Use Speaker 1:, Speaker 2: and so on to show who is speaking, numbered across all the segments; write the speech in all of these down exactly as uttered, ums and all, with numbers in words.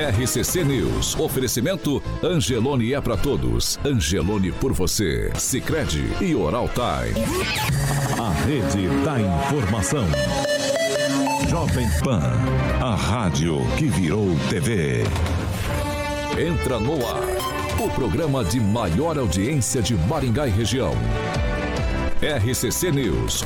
Speaker 1: R C C News. Oferecimento Angelone é pra todos. Angelone por você. Sicredi e Oral Time. A rede da informação. Jovem Pan. A rádio que virou T V. Entra no ar. O programa de maior audiência de Maringá e região. R C C News.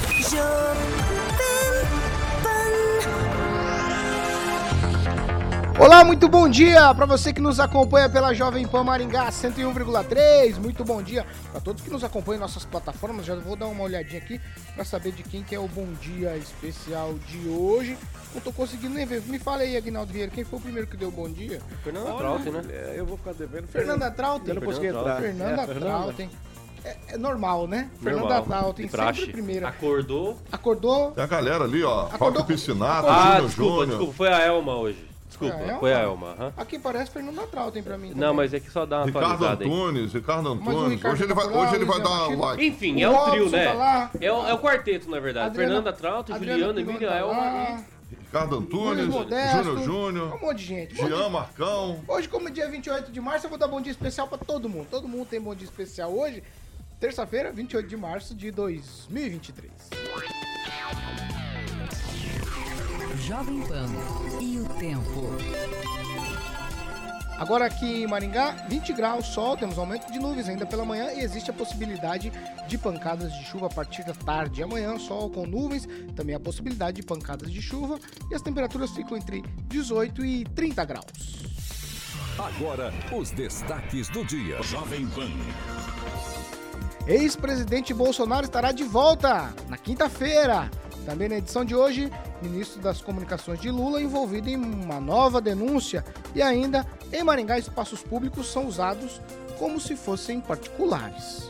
Speaker 2: Olá, muito bom dia para você que nos acompanha pela Jovem Pan Maringá cento e um vírgula três. Muito bom dia para todos que nos acompanham em nossas plataformas. Já vou dar uma olhadinha aqui para saber de quem que é o bom dia especial de hoje. Não tô conseguindo nem ver. Me fala aí, Aguinaldo Vieira, quem foi o primeiro que deu bom dia?
Speaker 3: Fernanda Trautem, né? É, eu vou ficar devendo.
Speaker 2: Fernanda Trautem?
Speaker 3: Eu não consegui entrar.
Speaker 2: Fernanda
Speaker 3: é,
Speaker 2: Trautem. É, é normal, né?
Speaker 3: Normal.
Speaker 2: Fernanda Trautem, sempre primeira.
Speaker 4: Acordou.
Speaker 2: Acordou.
Speaker 5: Tem a galera ali, ó. Roque Piscinato,
Speaker 4: Ah,
Speaker 5: Júnior
Speaker 4: desculpa,
Speaker 5: Júnior.
Speaker 4: desculpa. Foi a Elma hoje. Desculpa,
Speaker 2: Foi a Elma?
Speaker 4: foi a Elma. Uhum.
Speaker 2: Aqui parece Fernanda Trautem pra mim.
Speaker 4: Não,
Speaker 2: também.
Speaker 4: mas é que só dá uma
Speaker 5: Ricardo
Speaker 4: atualizada aí.
Speaker 5: Antunes, Ricardo
Speaker 2: Mas o
Speaker 5: Antunes.
Speaker 2: Ricardo
Speaker 5: Hoje ele vai,
Speaker 2: Caporal,
Speaker 5: hoje ele vai
Speaker 2: Luiz
Speaker 5: dar
Speaker 2: Machado.
Speaker 5: like.
Speaker 4: Enfim,
Speaker 2: O
Speaker 4: é o trio,
Speaker 2: Robson
Speaker 4: né?
Speaker 2: tá lá.
Speaker 4: É o, é o quarteto, na verdade.
Speaker 2: Adriana-
Speaker 4: Fernanda Trautem,
Speaker 2: Adriana
Speaker 4: Juliana,
Speaker 2: Pilon
Speaker 4: Emília,
Speaker 2: tá
Speaker 4: Elma
Speaker 2: lá.
Speaker 4: e...
Speaker 5: Ricardo
Speaker 2: Luiz
Speaker 5: Antunes,
Speaker 2: Modesto,
Speaker 5: Júnior Júnior,
Speaker 2: um monte de gente. Bom
Speaker 5: Jean
Speaker 2: dia.
Speaker 5: Marcão.
Speaker 2: Hoje, como é dia vinte e oito de março, eu vou dar bom dia especial pra todo mundo. Todo mundo tem bom dia especial hoje. Terça-feira, vinte e oito de março de dois mil e vinte e três.
Speaker 6: Jovem Pan e o tempo.
Speaker 2: Agora aqui em Maringá, vinte graus, sol, temos aumento de nuvens ainda pela manhã e existe a possibilidade de pancadas de chuva a partir da tarde. Amanhã, sol com nuvens, também a possibilidade de pancadas de chuva e as temperaturas ficam entre dezoito e trinta graus.
Speaker 1: Agora, os destaques do dia. Jovem Pan.
Speaker 2: Ex-presidente Bolsonaro estará de volta na quinta-feira. Também na edição de hoje, ministro das Comunicações de Lula envolvido em uma nova denúncia. E ainda, em Maringá, espaços públicos são usados como se fossem particulares.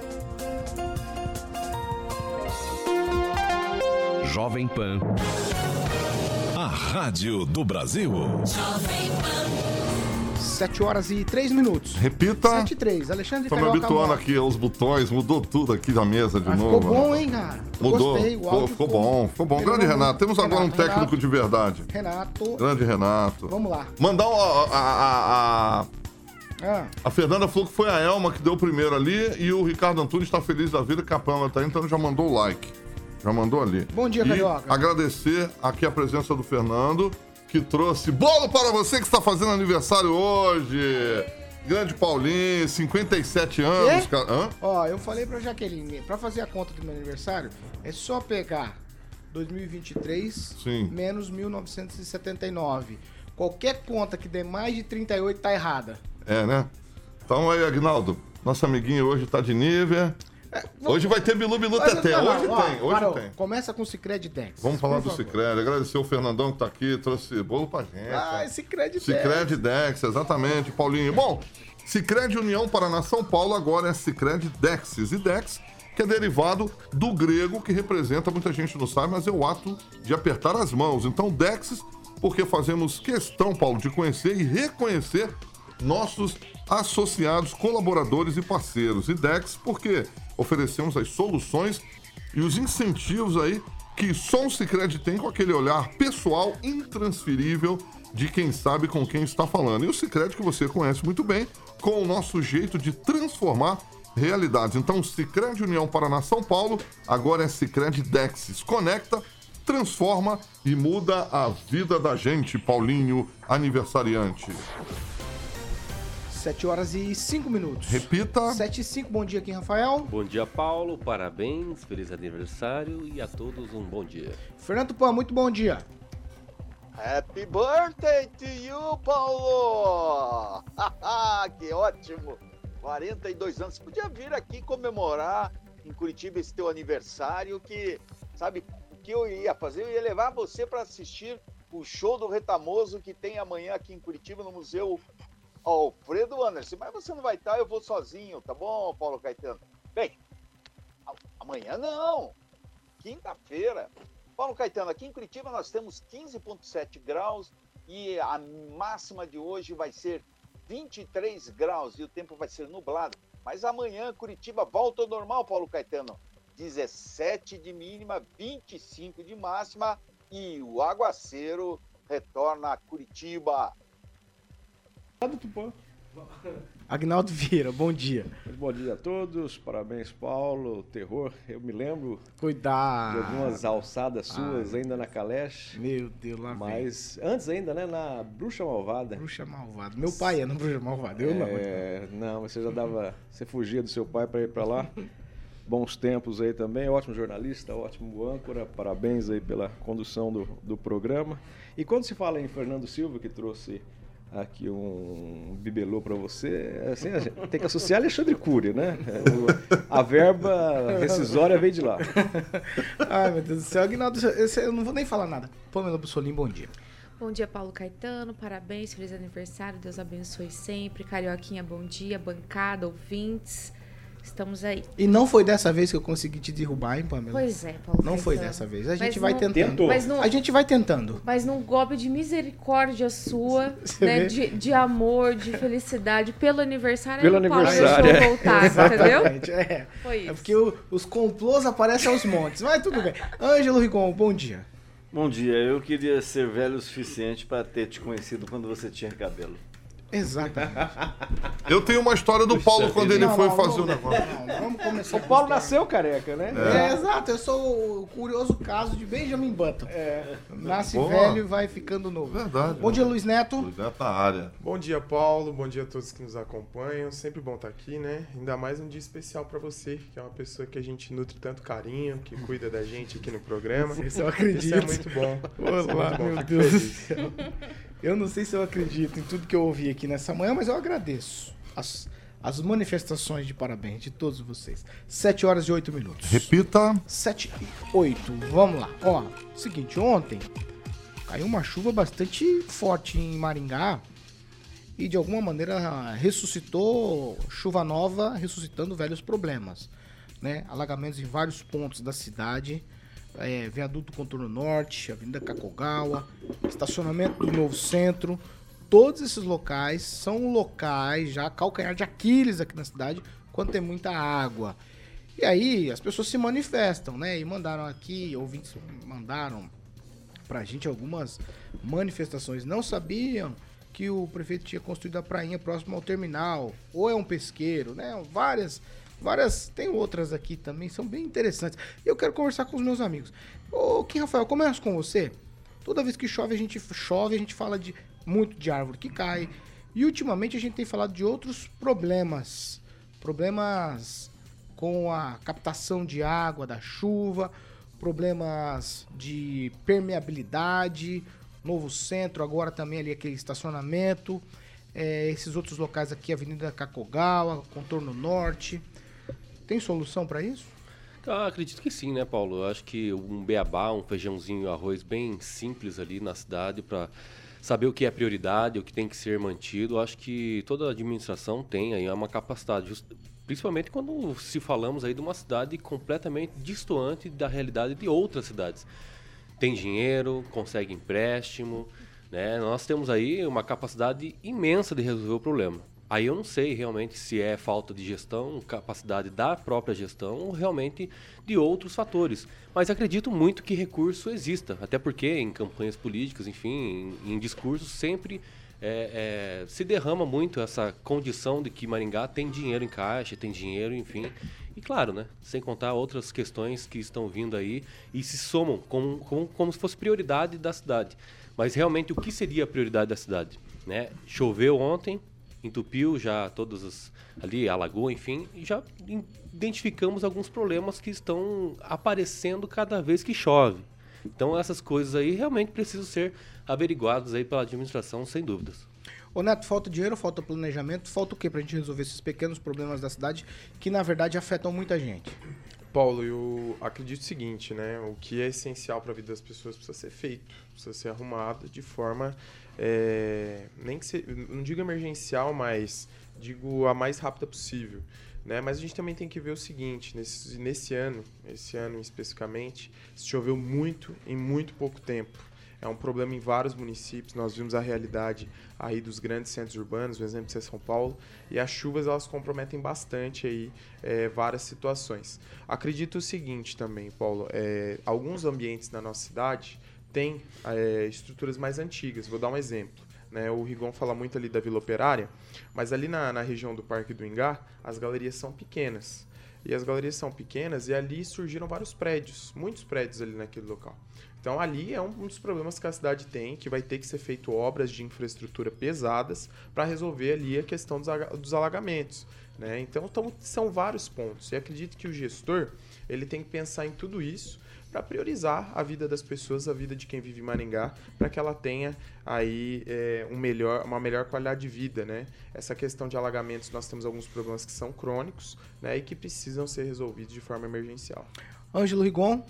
Speaker 1: Jovem Pan. A rádio do Brasil.
Speaker 2: sete horas e três minutos.
Speaker 5: Repita.
Speaker 2: sete e três. Alexandre
Speaker 5: Tô me
Speaker 2: Carioca
Speaker 5: habituando
Speaker 2: Mota.
Speaker 5: aqui aos botões, mudou tudo aqui da mesa de
Speaker 2: Ah,
Speaker 5: novo.
Speaker 2: ficou bom, hein, cara? Eu
Speaker 5: Mudou.
Speaker 2: Gostei. O
Speaker 5: Ficou,
Speaker 2: áudio
Speaker 5: ficou bom, ficou bom.
Speaker 2: Melhorou
Speaker 5: Grande
Speaker 2: muito.
Speaker 5: Renato. Temos agora um
Speaker 2: Renato,
Speaker 5: técnico
Speaker 2: Renato.
Speaker 5: de verdade.
Speaker 2: Renato.
Speaker 5: Grande Renato.
Speaker 2: Vamos lá.
Speaker 5: Mandar a, a, a, a,
Speaker 2: Ah,
Speaker 5: a Fernanda falou que foi a Elma que deu o primeiro ali e o Ricardo Antunes está feliz da vida que a Pamela tá aí, então já mandou o like. Já mandou ali.
Speaker 2: Bom dia,
Speaker 5: e
Speaker 2: Carioca.
Speaker 5: agradecer aqui a presença do Fernando, que trouxe bolo para você que está fazendo aniversário hoje. Grande Paulinho, cinquenta e sete anos,
Speaker 2: Quê?
Speaker 5: cara. Hã?
Speaker 2: ó, eu falei pra Jaqueline, pra fazer a conta do meu aniversário, é só pegar dois mil e vinte e três
Speaker 5: Sim.
Speaker 2: menos mil novecentos e setenta e nove. Qualquer conta que dê mais de trinta e oito tá errada.
Speaker 5: É, né? Então aí, Agnaldo, nosso amiguinho hoje tá de nível.
Speaker 2: É,
Speaker 5: Hoje vai ter Bilu Bilu
Speaker 2: Mas,
Speaker 5: Teté.
Speaker 2: não, não,
Speaker 5: Hoje
Speaker 2: ó,
Speaker 5: tem, hoje
Speaker 2: parou.
Speaker 5: tem.
Speaker 2: Começa com o Sicredi Dex.
Speaker 5: Vamos falar
Speaker 2: por
Speaker 5: do
Speaker 2: favor.
Speaker 5: Sicredi. Agradecer o Fernandão que tá aqui, trouxe bolo pra gente.
Speaker 2: Ah, Sicredi Dex.
Speaker 5: Sicredi Dex, exatamente, Paulinho. Bom, Sicredi União Paraná São Paulo agora é Sicredi Dexis. E Dex, que é derivado do grego, que representa, muita gente não sabe, mas é o ato de apertar as mãos. Então, Dexis, porque fazemos questão, Paulo, de conhecer e reconhecer nossos associados, colaboradores e parceiros. E Dex, porque oferecemos as soluções e os incentivos aí que só o Sicredi tem, com aquele olhar pessoal intransferível de quem sabe com quem está falando. E o Sicredi que você conhece muito bem, com o nosso jeito de transformar realidades. Então, Sicredi União Paraná São Paulo, agora é Sicredi Dexis. Conecta, transforma e muda a vida da gente, Paulinho, aniversariante.
Speaker 2: sete horas e cinco minutos.
Speaker 5: Repita.
Speaker 2: sete e cinco, bom dia aqui, Rafael.
Speaker 4: Bom dia, Paulo. Parabéns, feliz aniversário e a todos um bom dia.
Speaker 2: Fernando Pan, muito bom dia.
Speaker 7: Happy birthday to you, Paulo! Que ótimo! quarenta e dois anos. Você podia vir aqui comemorar em Curitiba esse teu aniversário, que, sabe, o que eu ia fazer? Eu ia levar você para assistir o show do Retamoso que tem amanhã aqui em Curitiba, no Museu Alfredo Anderson. Mas você não vai estar, eu vou sozinho, tá bom, Paulo Caetano? Bem, amanhã não, quinta-feira. Paulo Caetano, aqui em Curitiba nós temos quinze vírgula sete graus e a máxima de hoje vai ser vinte e três graus e o tempo vai ser nublado. Mas amanhã Curitiba volta ao normal, Paulo Caetano. dezessete de mínima, vinte e cinco de máxima e o aguaceiro retorna a Curitiba.
Speaker 2: Agnaldo Vieira, bom dia.
Speaker 3: Bom dia a todos, parabéns, Paulo. Terror, eu me lembro
Speaker 2: Cuidado.
Speaker 3: de algumas alçadas suas
Speaker 2: Ah,
Speaker 3: ainda na Caleche.
Speaker 2: Meu Deus, lá vem.
Speaker 3: Mas antes ainda, né, na Bruxa Malvada.
Speaker 2: Bruxa Malvada. Meu pai é no Bruxa Malvada, eu não.
Speaker 3: É, não, mas você já dava, você fugia do seu pai para ir para lá. Bons tempos aí também, ótimo jornalista, ótimo âncora, parabéns aí pela condução do, do programa. E quando se fala em Fernando Silva, que trouxe aqui um bibelô para você, assim, a gente tem que associar Alexandre Cury, né? O, a verba rescisória veio de lá.
Speaker 2: Ai, meu Deus do céu. Aguinaldo, esse- eu não vou nem falar nada. Pamela Bussolim, bom dia.
Speaker 8: Bom dia, Paulo Caetano, parabéns, feliz aniversário, Deus abençoe sempre. Carioquinha, bom dia, bancada, ouvintes, estamos aí.
Speaker 2: E não foi dessa vez que eu consegui te derrubar, hein, Pamela?
Speaker 8: Pois é, Paulo
Speaker 2: Não foi
Speaker 8: Caetano.
Speaker 2: dessa vez. A
Speaker 8: Mas
Speaker 2: gente vai
Speaker 8: não-
Speaker 2: tentando.
Speaker 3: Tentou.
Speaker 8: Mas não,
Speaker 2: A gente vai tentando.
Speaker 8: mas num golpe de misericórdia sua,
Speaker 2: Você
Speaker 8: né,
Speaker 2: vê?
Speaker 8: de, de amor, de felicidade, pelo aniversário,
Speaker 3: Pelo
Speaker 8: aí o Paulo
Speaker 3: aniversário,
Speaker 8: deixou
Speaker 3: é.
Speaker 8: voltar, entendeu?
Speaker 2: Exatamente, é.
Speaker 8: Foi
Speaker 2: É
Speaker 8: isso.
Speaker 2: porque o- os complôs aparecem aos montes. Mas tudo bem. Ângelo Rigon, bom dia.
Speaker 9: Bom dia, eu queria ser velho o suficiente para ter te conhecido quando você tinha cabelo.
Speaker 2: Exatamente.
Speaker 5: Eu tenho uma história do Paulo quando ele
Speaker 2: Não,
Speaker 5: foi
Speaker 2: não,
Speaker 5: fazer
Speaker 2: não,
Speaker 5: o negócio.
Speaker 2: não, não, vamos começar.
Speaker 3: O
Speaker 2: com
Speaker 3: Paulo
Speaker 2: história.
Speaker 3: nasceu careca, né?
Speaker 2: É, exato. Eu sou o curioso caso de Benjamin Button.
Speaker 3: É.
Speaker 2: Nasce
Speaker 5: Boa.
Speaker 2: velho e vai ficando novo.
Speaker 5: Verdade.
Speaker 2: Bom dia, Luiz Neto.
Speaker 5: Luiz Neto na área.
Speaker 10: Bom dia, Paulo. Bom dia a todos que nos acompanham. Sempre bom estar aqui, né? Ainda mais um dia especial para você, que é uma pessoa que a gente nutre tanto carinho, que cuida da gente aqui no programa.
Speaker 2: Isso eu acredito.
Speaker 10: Isso é muito bom. Isso é
Speaker 2: Olá,
Speaker 10: muito bom.
Speaker 2: meu
Speaker 10: Fico
Speaker 2: Deus do
Speaker 10: feliz.
Speaker 2: céu. Eu não sei se eu acredito em tudo que eu ouvi aqui nessa manhã, mas eu agradeço as, as manifestações de parabéns de todos vocês. Sete horas e oito minutos.
Speaker 5: Repita.
Speaker 2: Sete e oito. Vamos lá. Ó, seguinte, ontem caiu uma chuva bastante forte em Maringá e de alguma maneira ressuscitou chuva nova, ressuscitando velhos problemas, né? Alagamentos em vários pontos da cidade. É, Viaduto Contorno Norte, Avenida Cacogawa, estacionamento do Novo Centro. Todos esses locais são locais já calcanhar de Aquiles aqui na cidade quando tem muita água. E aí as pessoas se manifestam, né? E mandaram aqui, ouvintes mandaram pra gente algumas manifestações. Não sabiam que o prefeito tinha construído a prainha próximo ao terminal, ou é um pesqueiro, né? Várias, várias, tem outras aqui também, são bem interessantes. E eu quero conversar com os meus amigos. Ô, Kim Rafael, começo com você. Toda vez que chove, a gente chove, a gente fala de muito de árvore que cai. E ultimamente a gente tem falado de outros problemas. Problemas com a captação de água da chuva, problemas de permeabilidade, Novo Centro, agora também ali aquele estacionamento, é, esses outros locais aqui, Avenida Cacogawa, Contorno Norte. Tem solução para isso?
Speaker 4: Ah, acredito que sim, né, Paulo? Eu acho que um beabá, um feijãozinho, arroz bem simples ali na cidade para saber o que é prioridade, o que tem que ser mantido. Eu acho que toda a administração tem aí uma capacidade, just, principalmente quando se falamos aí de uma cidade completamente distoante da realidade de outras cidades. Tem dinheiro, consegue empréstimo, né? Nós temos aí uma capacidade imensa de resolver o problema. Aí eu não sei realmente se é falta de gestão, capacidade da própria gestão ou realmente de outros fatores. Mas acredito muito que recurso exista, até porque em campanhas políticas, enfim, em, em discursos sempre é, é, se derrama muito essa condição de que Maringá tem dinheiro em caixa, tem dinheiro, enfim. E claro, né, sem contar outras questões que estão vindo aí e se somam como, como, como se fosse prioridade da cidade. Mas realmente o que seria a prioridade da cidade? Né? Choveu ontem, entupiu já todas as ali, a lagoa, enfim, e já identificamos alguns problemas que estão aparecendo cada vez que chove. Então essas coisas aí realmente precisam ser averiguadas aí pela administração, sem dúvidas.
Speaker 2: Ô Neto, falta dinheiro, falta planejamento, falta o que pra gente resolver esses pequenos problemas da cidade que na verdade afetam muita gente?
Speaker 10: Paulo, eu acredito o seguinte, né? O que é essencial para a vida das pessoas precisa ser feito, precisa ser arrumado de forma, é, nem que se, não digo emergencial, mas digo a mais rápida possível, né? Mas a gente também tem que ver o seguinte, nesse, nesse ano, esse ano especificamente, choveu muito em muito pouco tempo. É um problema em vários municípios, nós vimos a realidade aí dos grandes centros urbanos, o exemplo de São Paulo, e as chuvas elas comprometem bastante aí é, várias situações. Acredito o seguinte também, Paulo, é, alguns ambientes na nossa cidade têm é, estruturas mais antigas, vou dar um exemplo. né? O Rigon fala muito ali da Vila Operária, mas ali na, na região do Parque do Ingá, as galerias são pequenas. E as galerias são pequenas e ali surgiram vários prédios, muitos prédios ali naquele local. Então ali é um, um dos problemas que a cidade tem, que vai ter que ser feito obras de infraestrutura pesadas para resolver ali a questão dos, dos alagamentos, né? Então, então são vários pontos. E acredito que o gestor ele tem que pensar em tudo isso para priorizar a vida das pessoas, a vida de quem vive em Maringá, para que ela tenha aí é, um melhor, uma melhor qualidade de vida, né? Essa questão de alagamentos, nós temos alguns problemas que são crônicos, né, e que precisam ser resolvidos de forma emergencial.
Speaker 2: Ângelo Rigon?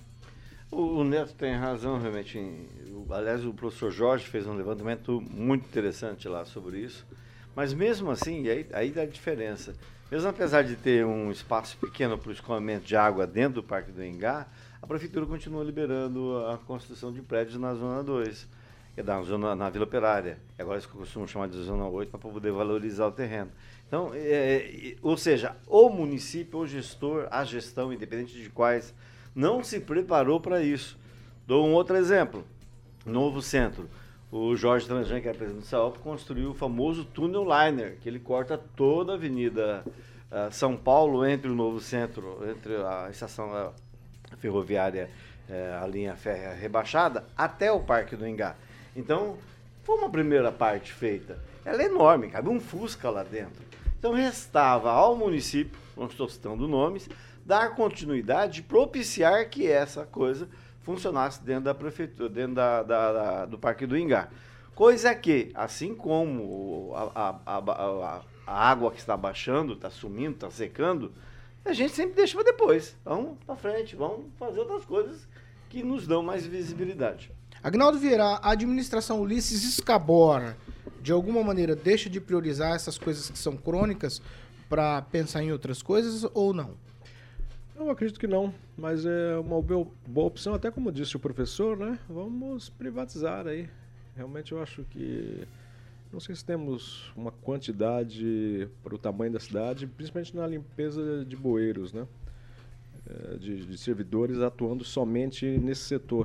Speaker 9: O, o Neto tem razão, realmente. O, aliás, o professor Jorge fez um levantamento muito interessante lá sobre isso. Mas mesmo assim, aí, aí dá diferença. Mesmo apesar de ter um espaço pequeno para o escoamento de água dentro do Parque do Ingá, a Prefeitura continua liberando a construção de prédios na Zona dois, que é na, zona, na Vila Operária. Agora eles costumam chamar de Zona oito para poder valorizar o terreno. Então, é, ou seja, o município, o gestor, a gestão, independente de quais, não se preparou para isso. Dou um outro exemplo. Novo Centro. O Jorge Tranjan, que é presidente do SAOP, construiu o famoso túnel liner, que ele corta toda a Avenida uh, São Paulo entre o Novo Centro, entre a estação uh, ferroviária, uh, a linha férrea rebaixada, até o Parque do Ingá. Então, foi uma primeira parte feita. Ela é enorme, cabe um Fusca lá dentro. Então, restava ao município, não estou citando nomes, dar continuidade e propiciar que essa coisa funcionasse dentro da prefeitura, dentro da, da, da, do Parque do Ingá. Coisa que, assim como a, a, a, a água que está baixando, está sumindo, está secando, a gente sempre deixa para depois. Vamos para frente, vamos fazer outras coisas que nos dão mais visibilidade.
Speaker 2: Agnaldo Vieira, a administração Ulisses Escabora, de alguma maneira, deixa de priorizar essas coisas que são crônicas para pensar em outras coisas ou não?
Speaker 3: Eu acredito que não, mas é uma boa opção, até como disse o professor, né? Vamos privatizar aí. Realmente eu acho que, não sei se temos uma quantidade para o tamanho da cidade, principalmente na limpeza de bueiros, né? É, de, de servidores atuando somente nesse setor.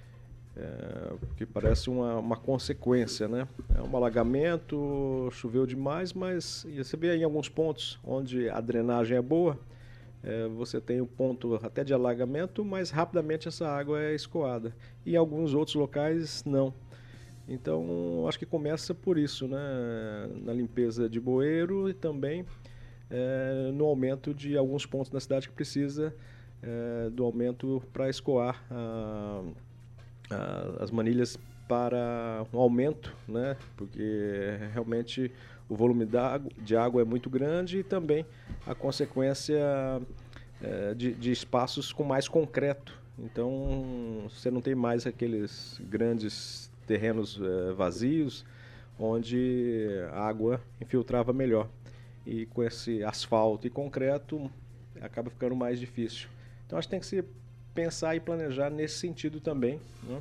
Speaker 3: É, porque parece uma, uma consequência, né? É um alagamento, choveu demais, mas você vê em alguns pontos onde a drenagem é boa, É, você tem o ponto até de alagamento, mas rapidamente essa água é escoada. E em alguns outros locais, não. Então, acho que começa por isso, né? Na limpeza de bueiro e também é, no aumento de alguns pontos da cidade que precisa é, do aumento para escoar a, a, as manilhas para um aumento, né? Porque realmente o volume de água é muito grande e também a consequência é, de, de espaços com mais concreto. Então, você não tem mais aqueles grandes terrenos é, vazios, onde a água infiltrava melhor. E com esse asfalto e concreto, acaba ficando mais difícil. Então, acho que tem que se pensar e planejar nesse sentido também, né?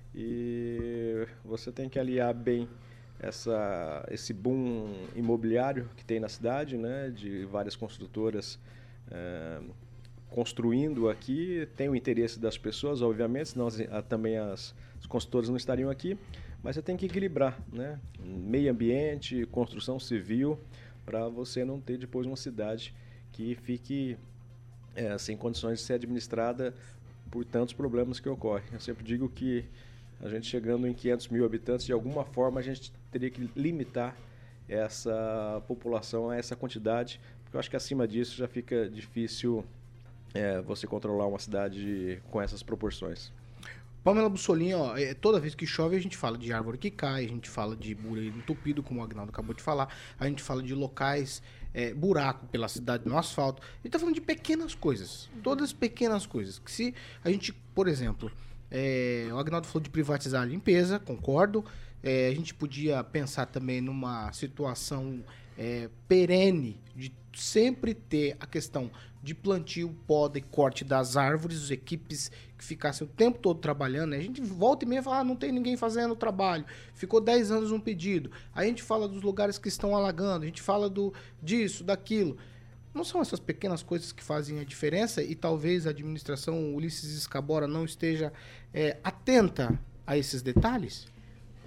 Speaker 3: E você tem que aliar bem Essa, esse boom imobiliário que tem na cidade, né, de várias construtoras é, construindo aqui, tem o interesse das pessoas, obviamente, senão as, a, também as, as construtoras não estariam aqui, mas você tem que equilibrar, né, meio ambiente, construção civil, para você não ter depois uma cidade que fique é, sem condições de ser administrada por tantos problemas que ocorrem. Eu sempre digo que a gente chegando em quinhentos mil habitantes, de alguma forma a gente teria que limitar essa população a essa quantidade, porque eu acho que acima disso já fica difícil é, você controlar uma cidade com essas proporções.
Speaker 2: Pamela Bussolini, ó, é, toda vez que chove a gente fala de árvore que cai, a gente fala de bueiro entupido, como o Agnaldo acabou de falar, a gente fala de locais, é, buraco pela cidade no asfalto, a gente tá falando de pequenas coisas, todas pequenas coisas, que se a gente, por exemplo... É, o Agnaldo falou de privatizar a limpeza, concordo. É, a gente podia pensar também numa situação é, perene de sempre ter a questão de plantio, poda e corte das árvores, as equipes que ficassem o tempo todo trabalhando, né? A gente volta e meia e fala, ah, não tem ninguém fazendo o trabalho, ficou dez anos um pedido. Aí a gente fala dos lugares que estão alagando, a gente fala do, disso, daquilo. Não são essas pequenas coisas que fazem a diferença e talvez a administração Ulisses Escabora não esteja é, atenta a esses detalhes?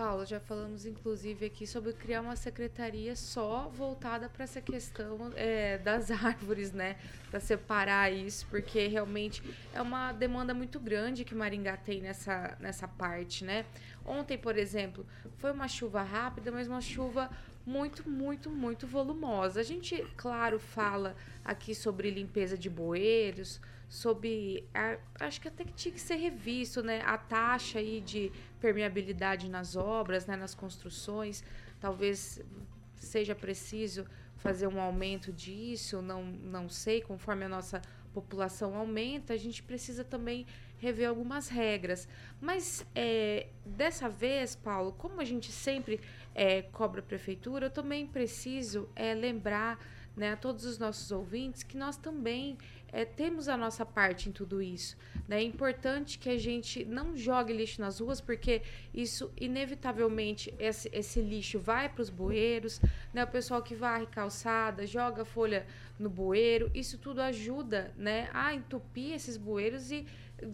Speaker 8: Paulo, já falamos inclusive aqui sobre criar uma secretaria só voltada para essa questão é, das árvores, né? Para separar isso, porque realmente é uma demanda muito grande que Maringá tem nessa, nessa parte, né? Ontem, por exemplo, foi uma chuva rápida, mas uma chuva muito, muito, muito volumosa. A gente, claro, fala aqui sobre limpeza de bueiros, sobre, a, acho que até que tinha que ser revisto, né, a taxa aí de permeabilidade nas obras, né, nas construções, talvez seja preciso fazer um aumento disso, não, não sei, conforme a nossa população aumenta, a gente precisa também rever algumas regras. Mas é, dessa vez, Paulo, como a gente sempre é, cobra a prefeitura, eu também preciso é, lembrar, né, a todos os nossos ouvintes que nós também é, temos a nossa parte em tudo isso. Né? É importante que a gente não jogue lixo nas ruas, porque isso, inevitavelmente, esse, esse lixo vai para os bueiros, né? O pessoal que varre calçada, joga folha no bueiro, isso tudo ajuda, né, a entupir esses bueiros e,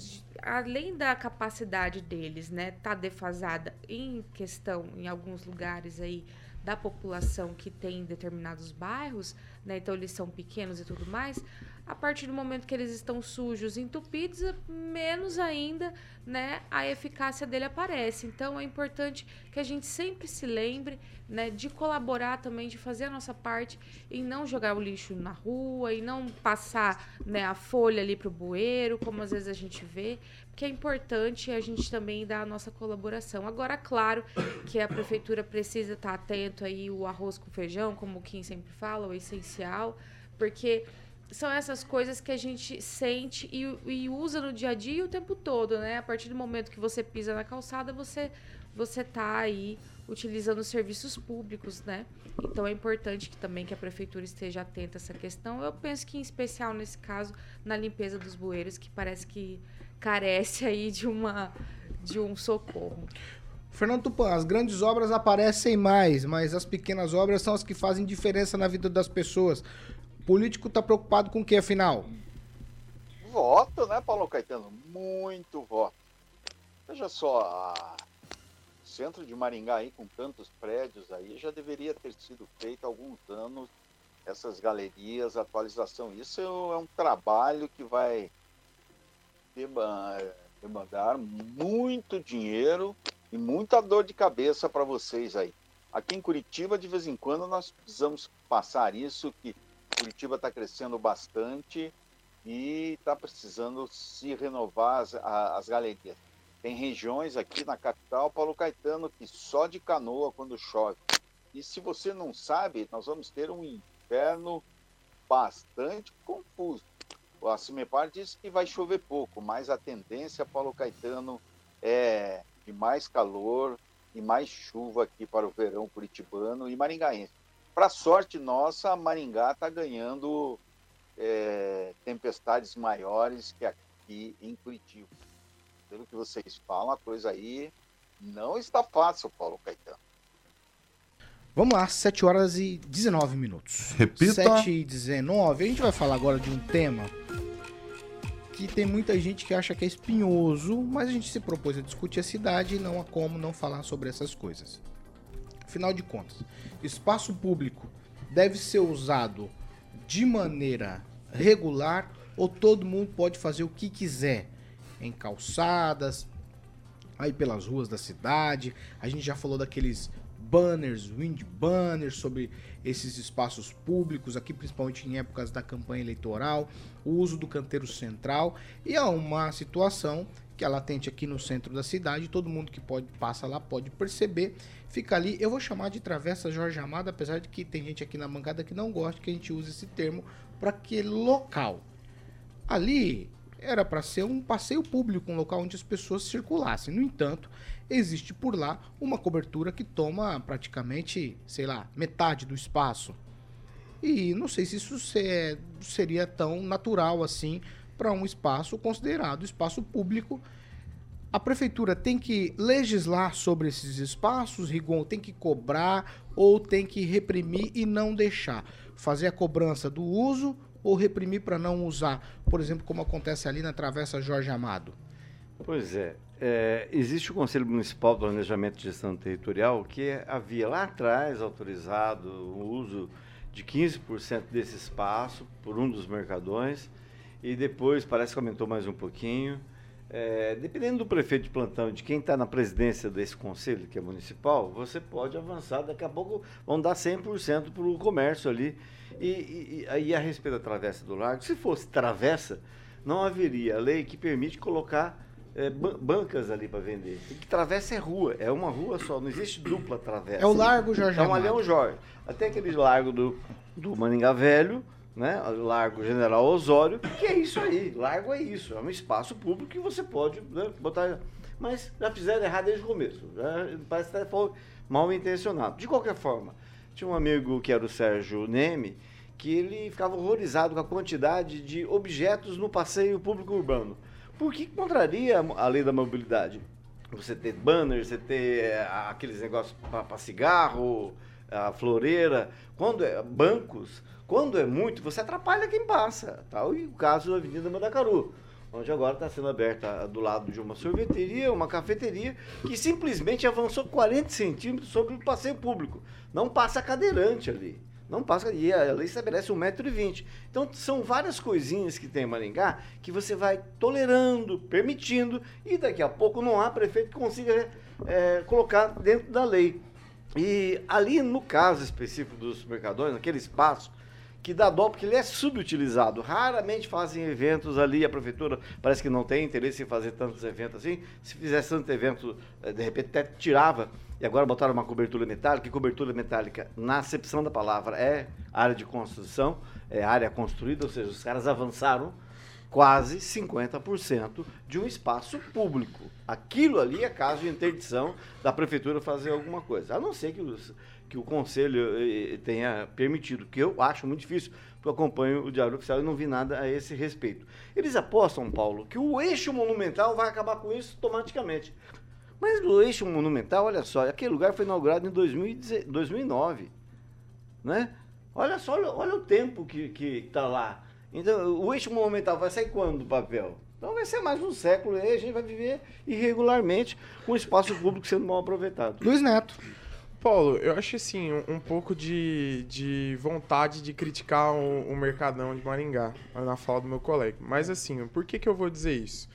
Speaker 8: além da capacidade deles, né, tá defasada em questão, em alguns lugares aí, da população que tem em determinados bairros, né, então eles são pequenos e tudo mais, a partir do momento que eles estão sujos, entupidos, menos ainda, né, a eficácia dele aparece. Então é importante que a gente sempre se lembre, né, de colaborar também, de fazer a nossa parte em não jogar o lixo na rua, e não passar, né, a folha ali para o bueiro, como às vezes a gente vê, porque é importante a gente também dar a nossa colaboração. Agora, claro que a prefeitura precisa estar atento aí, o arroz com feijão, como o Kim sempre fala, o essencial, porque são essas coisas que a gente sente e, e usa no dia a dia o tempo todo, né? A partir do momento que você pisa na calçada, você você tá aí utilizando os serviços públicos, né? Então é importante que também que a prefeitura esteja atenta a essa questão. Eu penso que, em especial nesse caso, na limpeza dos bueiros, que parece que carece aí de uma de um socorro.
Speaker 2: Fernando Tupan, as grandes obras aparecem mais, mas as pequenas obras são as que fazem diferença na vida das pessoas. O político está preocupado com o que, afinal?
Speaker 7: Voto, né, Paulo Caetano? Muito voto. Veja só, a... o centro de Maringá aí, com tantos prédios aí, já deveria ter sido feito há alguns anos, essas galerias, atualização. Isso é um trabalho que vai demandar muito dinheiro e muita dor de cabeça para vocês aí. Aqui em Curitiba, de vez em quando, nós precisamos passar isso, que Curitiba está crescendo bastante e está precisando se renovar as, as galerias. Tem regiões aqui na capital, Paulo Caetano, que só de canoa quando chove. E se você não sabe, nós vamos ter um inverno bastante confuso. A Cimepar diz que vai chover pouco, mas a tendência, Paulo Caetano, é de mais calor e mais chuva aqui para o verão curitibano e maringaense. Para sorte nossa, Maringá está ganhando é, tempestades maiores que aqui em Curitiba. Pelo que vocês falam, a coisa aí não está fácil, Paulo Caetano.
Speaker 2: Vamos lá, sete horas e dezenove minutos.
Speaker 5: Repita.
Speaker 2: sete e dezenove. A gente vai falar agora de um tema que tem muita gente que acha que é espinhoso, mas a gente se propôs a discutir a cidade e não há como não falar sobre essas coisas. Afinal de contas, espaço público deve ser usado de maneira regular ou todo mundo pode fazer o que quiser? Em calçadas, aí pelas ruas da cidade. A gente já falou daqueles banners, wind banners, sobre esses espaços públicos, aqui principalmente em épocas da campanha eleitoral, o uso do canteiro central, e é uma situação que é latente aqui no centro da cidade, todo mundo que pode passa lá pode perceber, fica ali, eu vou chamar de Travessa Jorge Amado, apesar de que tem gente aqui na bancada que não gosta que a gente use esse termo para aquele local. Ali era para ser um passeio público, um local onde as pessoas circulassem. No entanto, existe por lá uma cobertura que toma praticamente, sei lá, metade do espaço. E não sei se isso seria tão natural assim para um espaço considerado espaço público. A prefeitura tem que legislar sobre esses espaços, Rigon, tem que cobrar ou tem que reprimir e não deixar. Fazer a cobrança do uso ou reprimir para não usar, por exemplo, como acontece ali na Travessa Jorge Amado?
Speaker 9: Pois é. É, existe o Conselho Municipal de Planejamento e Gestão Territorial, que havia lá atrás autorizado o uso de quinze por cento desse espaço por um dos mercadões, e depois parece que aumentou mais um pouquinho. É, dependendo do prefeito de plantão, de quem está na presidência desse conselho, que é municipal, você pode avançar, daqui a pouco vão dar cem por cento para o comércio ali. E, e, e a respeito da travessa do largo, se fosse travessa, não haveria lei que permite colocar é, bancas ali para vender. E que travessa é rua, é uma rua só, não existe dupla travessa.
Speaker 2: É o Largo Jorge
Speaker 9: Então
Speaker 2: Amado.
Speaker 9: ali é um Jorge. Até aquele largo do, do Maringá Velho, né? Largo General Osório, que é isso aí, largo é isso, é um espaço público que você pode, né, botar, mas já fizeram errado desde o começo, já, parece que foi mal intencionado. De qualquer forma, tinha um amigo que era o Sérgio Neme, que ele ficava horrorizado com a quantidade de objetos no passeio público urbano. Por que contraria a lei da mobilidade? Você ter banner, você ter é, aqueles negócios para cigarro, a floreira, quando é bancos, quando é muito, você atrapalha quem passa. Tal. E o caso da Avenida Mandacaru, onde agora está sendo aberta do lado de uma sorveteria, uma cafeteria, que simplesmente avançou quarenta centímetros sobre o passeio público. Não passa cadeirante ali. Não passa, e a lei estabelece um metro e vinte. Então, são várias coisinhas que tem em Maringá que você vai tolerando, permitindo, e daqui a pouco não há prefeito que consiga é, colocar dentro da lei. E ali, no caso específico dos mercadões, naquele espaço, que dá dó porque ele é subutilizado. Raramente fazem eventos ali, a prefeitura parece que não tem interesse em fazer tantos eventos assim. Se fizesse tanto evento, de repente até tirava, e agora botaram uma cobertura metálica, e cobertura metálica, na acepção da palavra, é área de construção, é área construída, ou seja, os caras avançaram quase cinquenta por cento de um espaço público. Aquilo ali é caso de interdição da prefeitura fazer alguma coisa, a não ser que os... que o Conselho tenha permitido, que eu acho muito difícil, porque eu acompanho o Diário Oficial e não vi nada a esse respeito. Eles apostam, Paulo, que o eixo monumental vai acabar com isso automaticamente. Mas o eixo monumental, olha só, aquele lugar foi inaugurado em dois mil e nove, né? Olha só, olha, olha o tempo que está lá. Então, o eixo monumental vai sair quando do papel? Então vai ser mais um século, e aí a gente vai viver irregularmente com o espaço público sendo mal aproveitado.
Speaker 2: Luiz Neto.
Speaker 10: Paulo, eu acho assim, um, um pouco de, de vontade de criticar o, o Mercadão de Maringá, na fala do meu colega. Mas assim, por que, que eu vou dizer isso?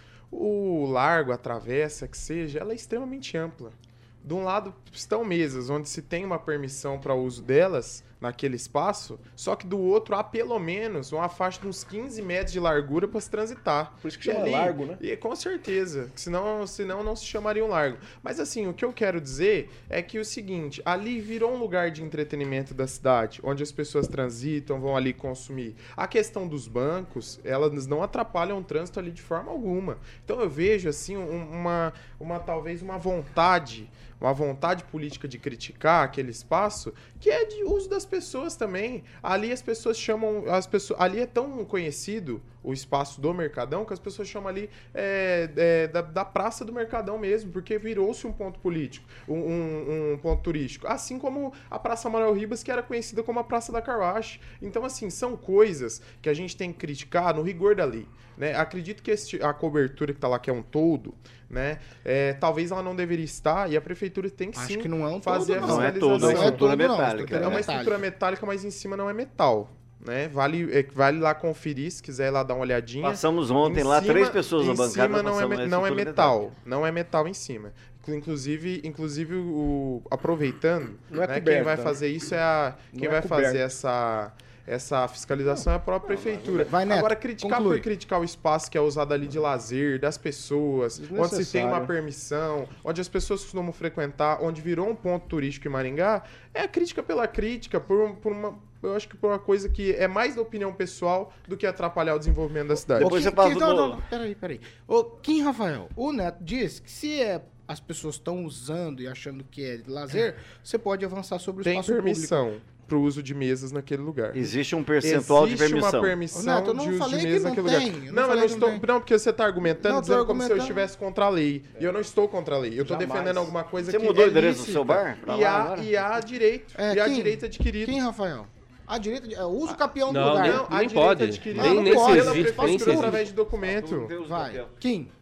Speaker 10: O largo, a travessa, que seja, ela é extremamente ampla. De um lado estão mesas onde se tem uma permissão para o uso delas naquele espaço, só que do outro há pelo menos uma faixa de uns quinze metros de largura para se transitar.
Speaker 3: Por isso que chama largo, né?
Speaker 10: E, com certeza, senão, senão não se chamaria um largo. Mas assim, o que eu quero dizer é que o seguinte, ali virou um lugar de entretenimento da cidade, onde as pessoas transitam, vão ali consumir. A questão dos bancos, elas não atrapalham o trânsito ali de forma alguma. Então eu vejo assim uma, uma talvez uma vontade, uma vontade política de criticar aquele espaço, que é de uso das pessoas também. Ali as pessoas chamam, as pessoas, ali é tão conhecido o espaço do Mercadão que as pessoas chamam ali é, é, da, da Praça do Mercadão mesmo, porque virou-se um ponto político, um, um, um ponto turístico. Assim como a Praça Manuel Ribas, que era conhecida como a Praça da Carwash. Então, assim, são coisas que a gente tem que criticar no rigor da lei, né? Acredito que esse, a cobertura que está lá, que é um todo, né? É, talvez ela não deveria estar, e a prefeitura tem que
Speaker 2: Acho
Speaker 10: sim
Speaker 2: que não é um
Speaker 10: fazer
Speaker 2: todo,
Speaker 10: a
Speaker 2: não.
Speaker 10: fiscalização.
Speaker 9: Não é todo, é estrutura
Speaker 2: não,
Speaker 9: metálica.
Speaker 10: É uma estrutura metálica, mas em cima não é metal. Né? Vale, é, vale lá conferir, se quiser ir lá dar uma olhadinha.
Speaker 9: Passamos ontem
Speaker 10: em
Speaker 9: lá,
Speaker 10: cima,
Speaker 9: três pessoas na bancada.
Speaker 10: Em cima não é,
Speaker 9: passamos
Speaker 10: não é
Speaker 9: estrutura
Speaker 10: metal.
Speaker 9: metálica.
Speaker 10: Não é metal em cima. Inclusive, inclusive o, aproveitando,
Speaker 3: Não é
Speaker 10: né,
Speaker 3: coberta,
Speaker 10: quem vai
Speaker 3: né?
Speaker 10: fazer isso é a. Quem
Speaker 3: Não é
Speaker 10: vai
Speaker 3: coberta.
Speaker 10: fazer essa. Essa fiscalização é a própria prefeitura.
Speaker 2: Vai, Neto,
Speaker 10: Agora, criticar
Speaker 2: conclui.
Speaker 10: por criticar o espaço que é usado ali de lazer, das pessoas, onde se tem uma
Speaker 3: Desnecessário.
Speaker 10: permissão, onde as pessoas costumam frequentar, onde virou um ponto turístico em Maringá, é a crítica pela crítica, por, por uma, eu acho que por uma coisa que é mais da opinião pessoal do que atrapalhar o desenvolvimento da cidade.
Speaker 9: Depois
Speaker 2: Ô,
Speaker 9: você passa
Speaker 2: Kim,
Speaker 9: do
Speaker 2: não,
Speaker 9: bolo.
Speaker 2: não, peraí, peraí. Ô, Kim Rafael, o Neto diz que se é, as pessoas estão usando e achando que é de lazer, você pode avançar sobre o
Speaker 10: Tem
Speaker 2: espaço
Speaker 10: permissão para o uso de mesas naquele lugar.
Speaker 9: Existe um percentual
Speaker 10: Existe
Speaker 9: de permissão.
Speaker 10: uma permissão
Speaker 2: Ô, Neto, eu não
Speaker 10: de uso
Speaker 2: falei
Speaker 10: de
Speaker 2: que
Speaker 10: mesa
Speaker 2: não
Speaker 10: naquele
Speaker 2: tem,
Speaker 10: lugar.
Speaker 2: eu não
Speaker 10: Não, eu
Speaker 2: falei
Speaker 10: não
Speaker 2: que
Speaker 10: estou,
Speaker 2: não tem.
Speaker 10: não, porque você está argumentando,
Speaker 2: Não, tô
Speaker 10: dizendo como se eu
Speaker 2: argumentando.
Speaker 10: estivesse contra a lei. E eu não estou contra a lei. Eu estou
Speaker 3: Jamais.
Speaker 10: defendendo alguma coisa
Speaker 9: Você
Speaker 10: que
Speaker 9: mudou
Speaker 10: é
Speaker 9: o endereço do
Speaker 10: lícita.
Speaker 9: seu bar pra
Speaker 10: E
Speaker 9: lá
Speaker 10: há,
Speaker 9: agora?
Speaker 10: e há direito.
Speaker 2: É,
Speaker 10: e há
Speaker 2: Kim,
Speaker 10: direito adquirido.
Speaker 2: Kim Rafael? A direita, de- é, usa o campeão do
Speaker 4: Não,
Speaker 2: lugar.
Speaker 4: nem-
Speaker 10: Não, há
Speaker 4: nem
Speaker 10: direito
Speaker 4: pode.
Speaker 10: adquirido
Speaker 2: Nem- nem
Speaker 10: pela
Speaker 2: se
Speaker 4: existe,
Speaker 10: prefeitura
Speaker 4: nem se existe.
Speaker 10: através de documento.
Speaker 2: Vai. Kim.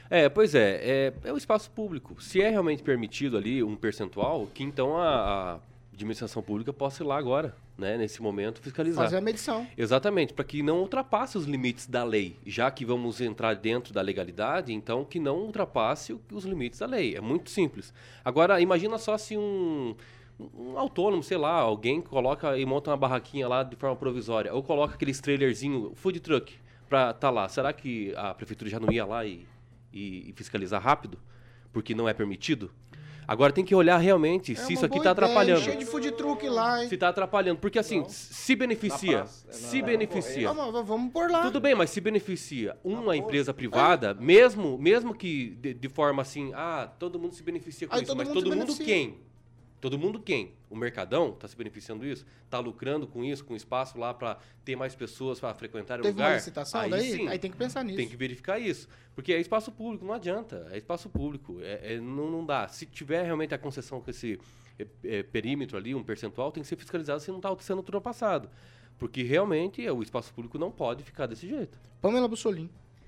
Speaker 4: É, pois é, é, é o espaço público. Se é realmente permitido ali um percentual, que então a, a administração pública possa ir lá agora, né, nesse momento, fiscalizar.
Speaker 2: Fazer a medição.
Speaker 4: Exatamente, para que não ultrapasse os limites da lei. Já que vamos entrar dentro da legalidade, então que não ultrapasse o- os limites da lei. É muito simples. Agora, imagina só se um, um autônomo, sei lá, alguém coloca e monta uma barraquinha lá de forma provisória, ou coloca aquele trailerzinho, food truck, para estar lá. Será que a prefeitura já não ia lá e, e- e fiscalizar rápido? Porque não é permitido? Agora tem que olhar realmente
Speaker 2: É
Speaker 4: se
Speaker 2: uma
Speaker 4: isso aqui
Speaker 2: boa
Speaker 4: está
Speaker 2: ideia,
Speaker 4: atrapalhando.
Speaker 2: Cheio de food truck lá, hein?
Speaker 4: Se está atrapalhando. Porque assim, se beneficia,
Speaker 3: praça, é na-
Speaker 4: se
Speaker 3: na-
Speaker 4: beneficia.
Speaker 2: Vamos, vamos por lá.
Speaker 4: Tudo bem, mas se beneficia uma empresa privada, mesmo, mesmo que de, de forma assim, ah, todo mundo se beneficia com
Speaker 2: Aí
Speaker 4: isso,
Speaker 2: todo
Speaker 4: mas
Speaker 2: mundo
Speaker 4: todo
Speaker 2: se
Speaker 4: mundo
Speaker 2: beneficia.
Speaker 4: quem? Todo mundo quem? O Mercadão está se beneficiando disso? Está lucrando com isso, com espaço lá para ter mais pessoas para frequentar o
Speaker 2: Teve
Speaker 4: lugar?
Speaker 2: uma licitação
Speaker 4: aí,
Speaker 2: daí?
Speaker 4: sim,
Speaker 2: Aí tem que pensar nisso.
Speaker 4: tem que verificar isso. Porque é espaço público, não adianta. É espaço público. É, é- não, não dá. Se tiver realmente a concessão com esse é, é, perímetro ali, um percentual, tem que ser fiscalizado se não está sendo ultrapassado. Porque realmente é, o espaço público não pode ficar desse jeito.
Speaker 2: Pamela Bussolini.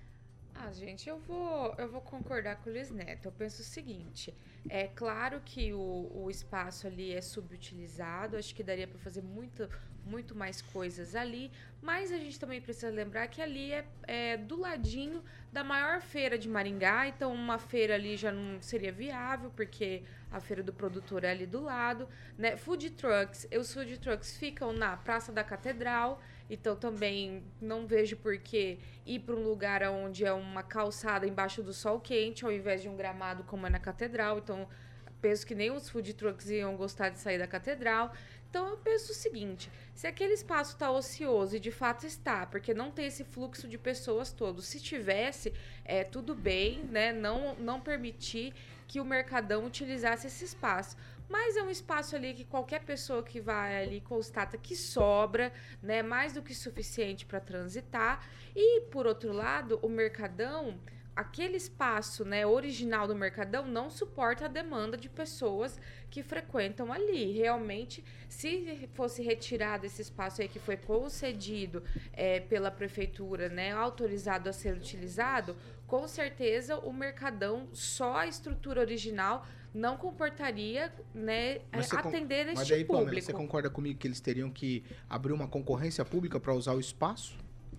Speaker 8: Ah, gente, eu vou, eu vou concordar com o Luiz Neto. Eu penso o seguinte, é claro que o, o espaço ali é subutilizado, acho que daria para fazer muito, muito mais coisas ali, mas a gente também precisa lembrar que ali é, é do ladinho da maior feira de Maringá, então uma feira ali já não seria viável, porque a feira do produtor é ali do lado, né? Food trucks, os food trucks ficam na Praça da Catedral, então também não vejo por que ir para um lugar onde é uma calçada embaixo do sol quente, ao invés de um gramado como é na Catedral. Então, penso que nem os food trucks iam gostar de sair da Catedral. Então, eu penso o seguinte, se aquele espaço está ocioso, e de fato está, porque não tem esse fluxo de pessoas todo, se tivesse, é, tudo bem, né? Não, não permitir que o Mercadão utilizasse esse espaço. Mas é um espaço ali que qualquer pessoa que vai ali constata que sobra, né, mais do que suficiente para transitar. E, por outro lado, o Mercadão, aquele espaço, né, original do Mercadão não suporta a demanda de pessoas que frequentam ali. Realmente, se fosse retirado esse espaço aí que foi concedido é, pela prefeitura, né, autorizado a ser utilizado, com certeza o Mercadão, só a estrutura original, não comportaria, né,
Speaker 2: Mas você con-
Speaker 8: atender
Speaker 2: Mas
Speaker 8: este
Speaker 2: daí, Pamela,
Speaker 8: público.
Speaker 2: você concorda comigo que eles teriam que abrir uma concorrência pública para usar o espaço?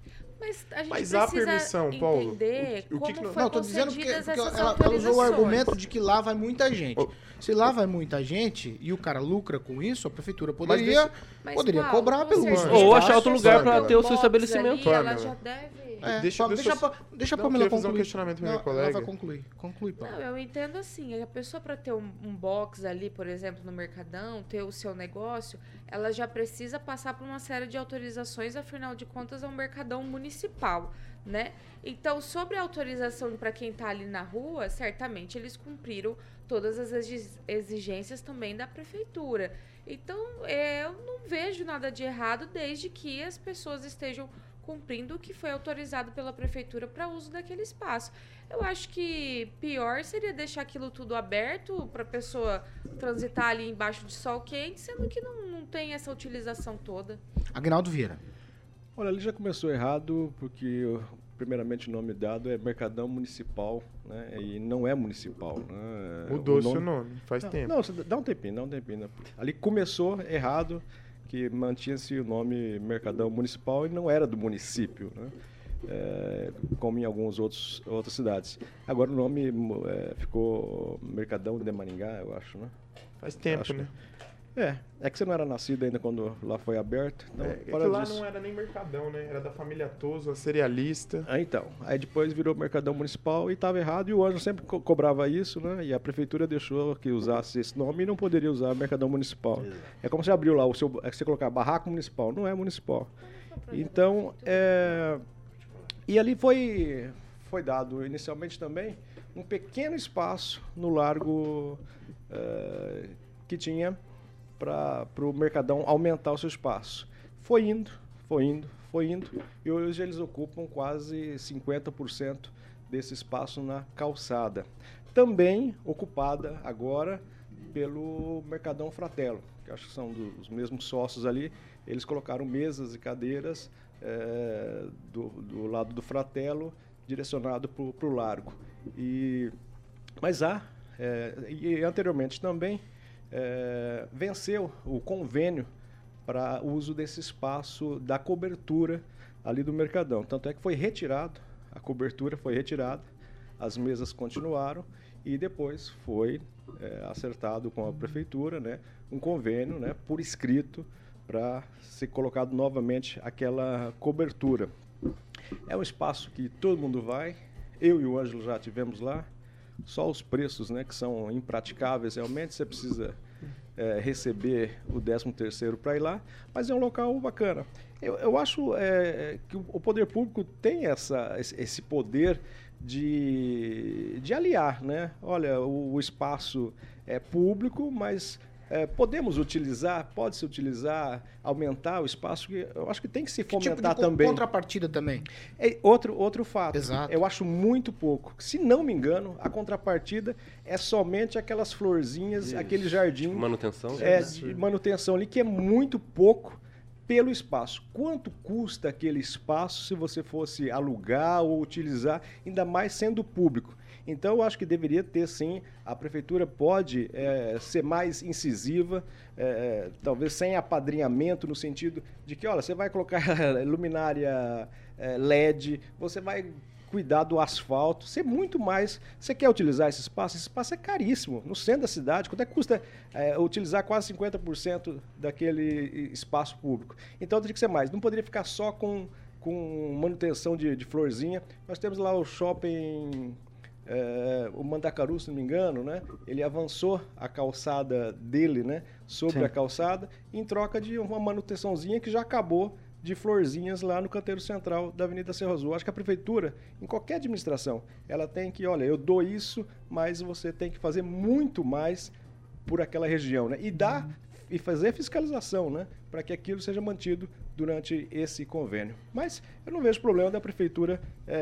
Speaker 8: Mas a gente
Speaker 10: Mas há
Speaker 8: precisa
Speaker 10: permissão, Paulo.
Speaker 8: entender
Speaker 10: O- o que
Speaker 8: como
Speaker 10: que não-
Speaker 8: foi
Speaker 2: Não, tô dizendo porque,
Speaker 8: concedidas
Speaker 2: porque
Speaker 8: essas
Speaker 2: ela, ela usou o
Speaker 8: autorizações.
Speaker 2: argumento de que lá vai muita gente.
Speaker 10: Ô.
Speaker 2: Se lá vai muita gente e o cara lucra com isso, a prefeitura
Speaker 10: Mas
Speaker 2: poderia,
Speaker 10: deixa-
Speaker 8: Mas,
Speaker 2: poderia
Speaker 8: Paulo,
Speaker 2: cobrar
Speaker 8: com
Speaker 2: pelo
Speaker 8: certeza,
Speaker 2: uso.
Speaker 4: Ou
Speaker 2: do
Speaker 4: achar
Speaker 2: espaço.
Speaker 4: outro lugar para
Speaker 10: Pamela.
Speaker 4: ter o seu
Speaker 8: box
Speaker 4: estabelecimento.
Speaker 8: ali, ela
Speaker 10: Pamela.
Speaker 8: já deve...
Speaker 2: É,
Speaker 10: Deixa-
Speaker 2: deixa,
Speaker 10: deixa
Speaker 2: deixa,
Speaker 10: eu-
Speaker 2: a Pa- deixa a
Speaker 10: Não,
Speaker 2: Pamela
Speaker 10: eu queria fazer um
Speaker 2: concluir.
Speaker 10: questionamento pro
Speaker 2: Não,
Speaker 10: meu
Speaker 2: ela
Speaker 10: colega.
Speaker 2: vai concluir. Conclui,
Speaker 8: Não,
Speaker 2: Pamela.
Speaker 8: eu entendo assim, a pessoa para ter um, um box ali, por exemplo, no Mercadão, ter o seu negócio, ela já precisa passar por uma série de autorizações, afinal de contas é um Mercadão municipal, né? Então, sobre a autorização para quem está ali na rua, certamente eles cumpriram todas as exi- exigências também da prefeitura. Então, é, eu não vejo nada de errado desde que as pessoas estejam cumprindo o que foi autorizado pela prefeitura para uso daquele espaço. Eu acho que pior seria deixar aquilo tudo aberto para a pessoa transitar ali embaixo de sol quente, sendo que não, não tem essa utilização toda.
Speaker 2: Agnaldo Vieira.
Speaker 3: Olha, ele já começou errado porque, primeiramente, o nome dado é Mercadão Municipal, né? E não é municipal. Né?
Speaker 10: Mudou
Speaker 3: O
Speaker 10: seu nome, faz
Speaker 3: não,
Speaker 10: tempo.
Speaker 3: Não, você dá um tempinho, dá um tempinho. Né? Ali começou errado, que mantinha-se o nome Mercadão Municipal e não era do município, né? É, como em algumas outros, outras cidades. Agora o nome é, ficou Mercadão de Maringá, eu acho, né?
Speaker 10: Faz tempo,
Speaker 3: Acho
Speaker 10: né?
Speaker 3: É, é que você não era nascido ainda quando lá foi aberto. Então,
Speaker 10: É, é que
Speaker 3: fora
Speaker 10: lá
Speaker 3: disso-
Speaker 10: não era nem Mercadão, né? Era da família Toso, a cerealista.
Speaker 3: Ah, então. Aí depois virou Mercadão Municipal e estava errado, e o Anjo sempre co- cobrava isso, né? E a prefeitura deixou que usasse esse nome e não poderia usar Mercadão Municipal. É como você abriu lá, o seu, é que você colocar Barraco Municipal, não é municipal. Então, é, e ali foi, foi dado inicialmente também um pequeno espaço no largo é, que tinha para o Mercadão aumentar o seu espaço. Foi indo, foi indo, foi indo, e hoje eles ocupam quase cinquenta por cento desse espaço na calçada. Também ocupada agora pelo Mercadão Fratello, que acho que são dos mesmos sócios ali. Eles colocaram mesas e cadeiras eh, do, do lado do Fratello direcionado para o largo. E, mas há, é, e anteriormente também, é, venceu o convênio para o uso desse espaço da cobertura ali do Mercadão. Tanto é que foi retirado, a cobertura foi retirada, as mesas continuaram e depois foi é, acertado com a prefeitura, né, um convênio, né, por escrito para ser colocado novamente aquela cobertura. É um espaço que todo mundo vai, eu e o Ângelo já tivemos lá, só os preços, né, que são impraticáveis realmente, você precisa é, receber o décimo terceiro para ir lá, mas é um local bacana. Eu, eu acho é, que o poder público tem essa, esse poder de, de aliar, né? Olha, o, o espaço é público, mas é, podemos utilizar, pode-se utilizar, aumentar o espaço, que eu acho que tem que se fomentar
Speaker 2: que tipo de
Speaker 3: também.
Speaker 2: Contrapartida também.
Speaker 3: É outro, outro fato.
Speaker 2: Exato.
Speaker 3: Eu acho muito pouco. Se não me engano, a contrapartida é somente aquelas florzinhas,
Speaker 4: Isso.
Speaker 3: aquele jardim.
Speaker 4: Tipo manutenção?
Speaker 3: É, de manutenção ali, que é muito pouco pelo espaço. Quanto custa aquele espaço se você fosse alugar ou utilizar, ainda mais sendo público? Então, eu acho que deveria ter, sim, a prefeitura pode é, ser mais incisiva, é, talvez sem apadrinhamento, no sentido de que, olha, você vai colocar luminária é, L E D, você vai cuidar do asfalto, ser muito mais... Você quer utilizar esse espaço? Esse espaço é caríssimo, no centro da cidade. Quanto é que custa é, utilizar quase cinquenta por cento daquele espaço público? Então, teria que ser mais. Não poderia ficar só com, com manutenção de, de florzinha. Nós temos lá o shopping... É, o Mandacaru, se não me engano, né? Ele avançou a calçada dele, né? Sobre Sim. a calçada, em troca de uma manutençãozinha que já acabou de florzinhas lá no canteiro central da Avenida Cerro Azul. Acho que a prefeitura, em qualquer administração, ela tem que, olha, eu dou isso, mas você tem que fazer muito mais por aquela região, né? E dar e fazer fiscalização, né? Para que aquilo seja mantido durante esse convênio. Mas eu não vejo problema da prefeitura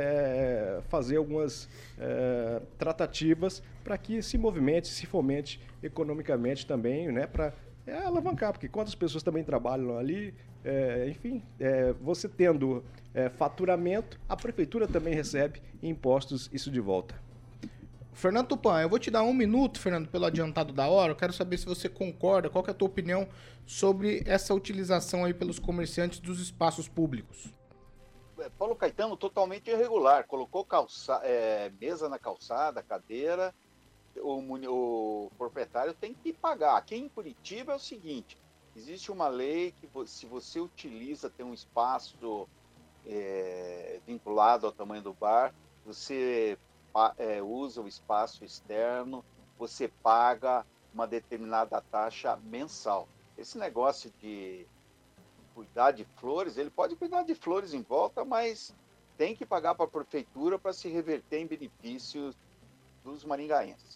Speaker 3: é, fazer algumas é, tratativas para que se movimente, se fomente economicamente também, né? Para é, alavancar, porque quantas pessoas também trabalham ali, é, enfim, é, você tendo é, faturamento, a prefeitura também recebe impostos isso de volta.
Speaker 2: Fernando Tupan, eu vou te dar um minuto, Fernando, pelo adiantado da hora. Eu quero saber se você concorda, qual que é a tua opinião sobre essa utilização aí pelos comerciantes dos espaços públicos.
Speaker 7: Paulo Caetano totalmente irregular, colocou calça, é, mesa na calçada, cadeira, o, o proprietário tem que pagar. Aqui em Curitiba é o seguinte, existe uma lei que se você utiliza, tem um espaço é, vinculado ao tamanho do bar, você... É, usa o espaço externo, você paga uma determinada taxa mensal. Esse negócio de cuidar de flores, ele pode cuidar de flores em volta, mas tem que pagar para a prefeitura para se reverter em benefícios dos maringaenses.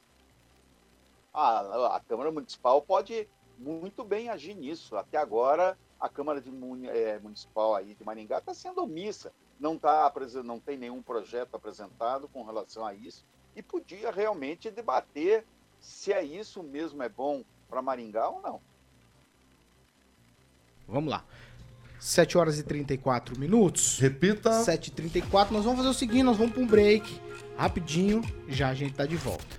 Speaker 7: Ah, a Câmara Municipal pode muito bem agir nisso. Até agora, a Câmara de Muni- é, Municipal aí de Maringá está sendo omissa. Não, tá, não tem nenhum projeto apresentado com relação a isso e podia realmente debater se é isso mesmo é bom para Maringá ou não.
Speaker 2: Vamos lá. sete horas e trinta e quatro minutos.
Speaker 5: Repita.
Speaker 2: sete e trinta e quatro. Nós vamos fazer o seguinte, nós vamos para um break rapidinho, já a gente tá de volta.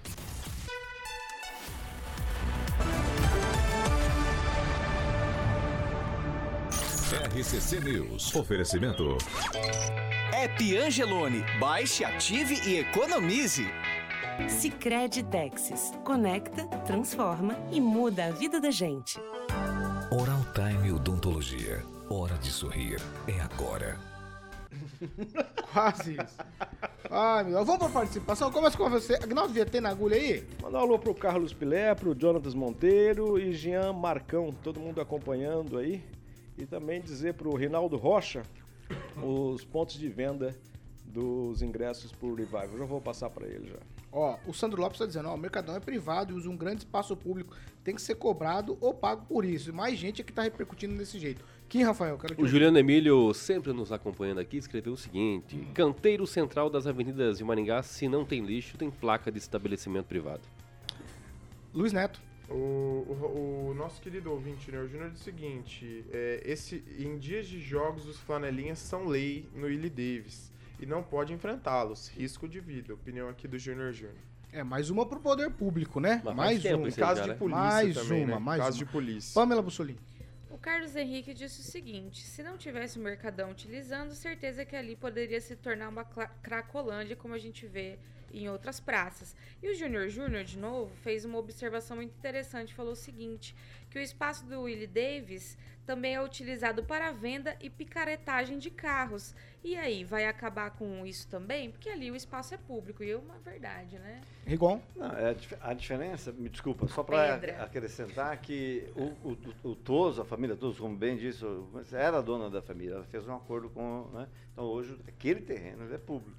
Speaker 1: R C C News. Oferecimento.
Speaker 11: App Angelone. Baixe, ative e economize.
Speaker 12: Sicredi Texas. Conecta, transforma e muda a vida da gente.
Speaker 1: Oral Time Odontologia. Hora de sorrir. É agora.
Speaker 2: Quase isso. Ai, meu Deus. Vamos para a participação. Começa com você. Agnaldo devia ter na agulha aí?
Speaker 3: Mandar um alô pro Carlos Pilé, pro Jonatas Monteiro e Jean Marcão. Todo mundo acompanhando aí. E também dizer pro Rinaldo Rocha os pontos de venda dos ingressos por Revival. Eu já vou passar para ele já.
Speaker 2: Ó, o Sandro Lopes está dizendo, ó, o Mercadão é privado e usa um grande espaço público, tem que ser cobrado ou pago por isso. E mais gente é que tá repercutindo desse jeito. Quem, Rafael? Quero te
Speaker 4: o
Speaker 2: ouvir.
Speaker 4: Juliano Emílio, sempre nos acompanhando aqui, escreveu o seguinte: hum. Canteiro central das avenidas de Maringá, se não tem lixo, tem placa de estabelecimento privado.
Speaker 2: Luiz Neto.
Speaker 10: O, o, o nosso querido ouvinte, né, o Júnior, diz o seguinte, é, esse, em dias de jogos os flanelinhas são lei no Willie Davis. e não pode enfrentá-los. Risco de vida. Opinião aqui do Júnior Júnior.
Speaker 2: É, mais uma pro poder público, né?
Speaker 4: Mas
Speaker 2: mais uma.
Speaker 10: Em caso de polícia
Speaker 2: mais
Speaker 10: também,
Speaker 2: uma,
Speaker 10: né?
Speaker 2: mais
Speaker 10: caso
Speaker 2: uma.
Speaker 10: de polícia.
Speaker 2: Pamela Bussolini.
Speaker 8: O Carlos Henrique disse o seguinte: se não tivesse o Mercadão utilizando, certeza que ali poderia se tornar uma cracolândia, como a gente vê em outras praças. E o Júnior Júnior, de novo, fez uma observação muito interessante, falou o seguinte, que o espaço do Willie Davis também é utilizado para venda e picaretagem de carros. E aí, vai acabar com isso também? Porque ali o espaço é público, e é uma verdade, né?
Speaker 2: Rigon?
Speaker 9: Não, é a, dif- a diferença, me desculpa, só para acrescentar que o, o, o, o Toso, a família Toso, como bem disse, era a dona da família, ela fez um acordo com... Né? Então hoje aquele terreno é público,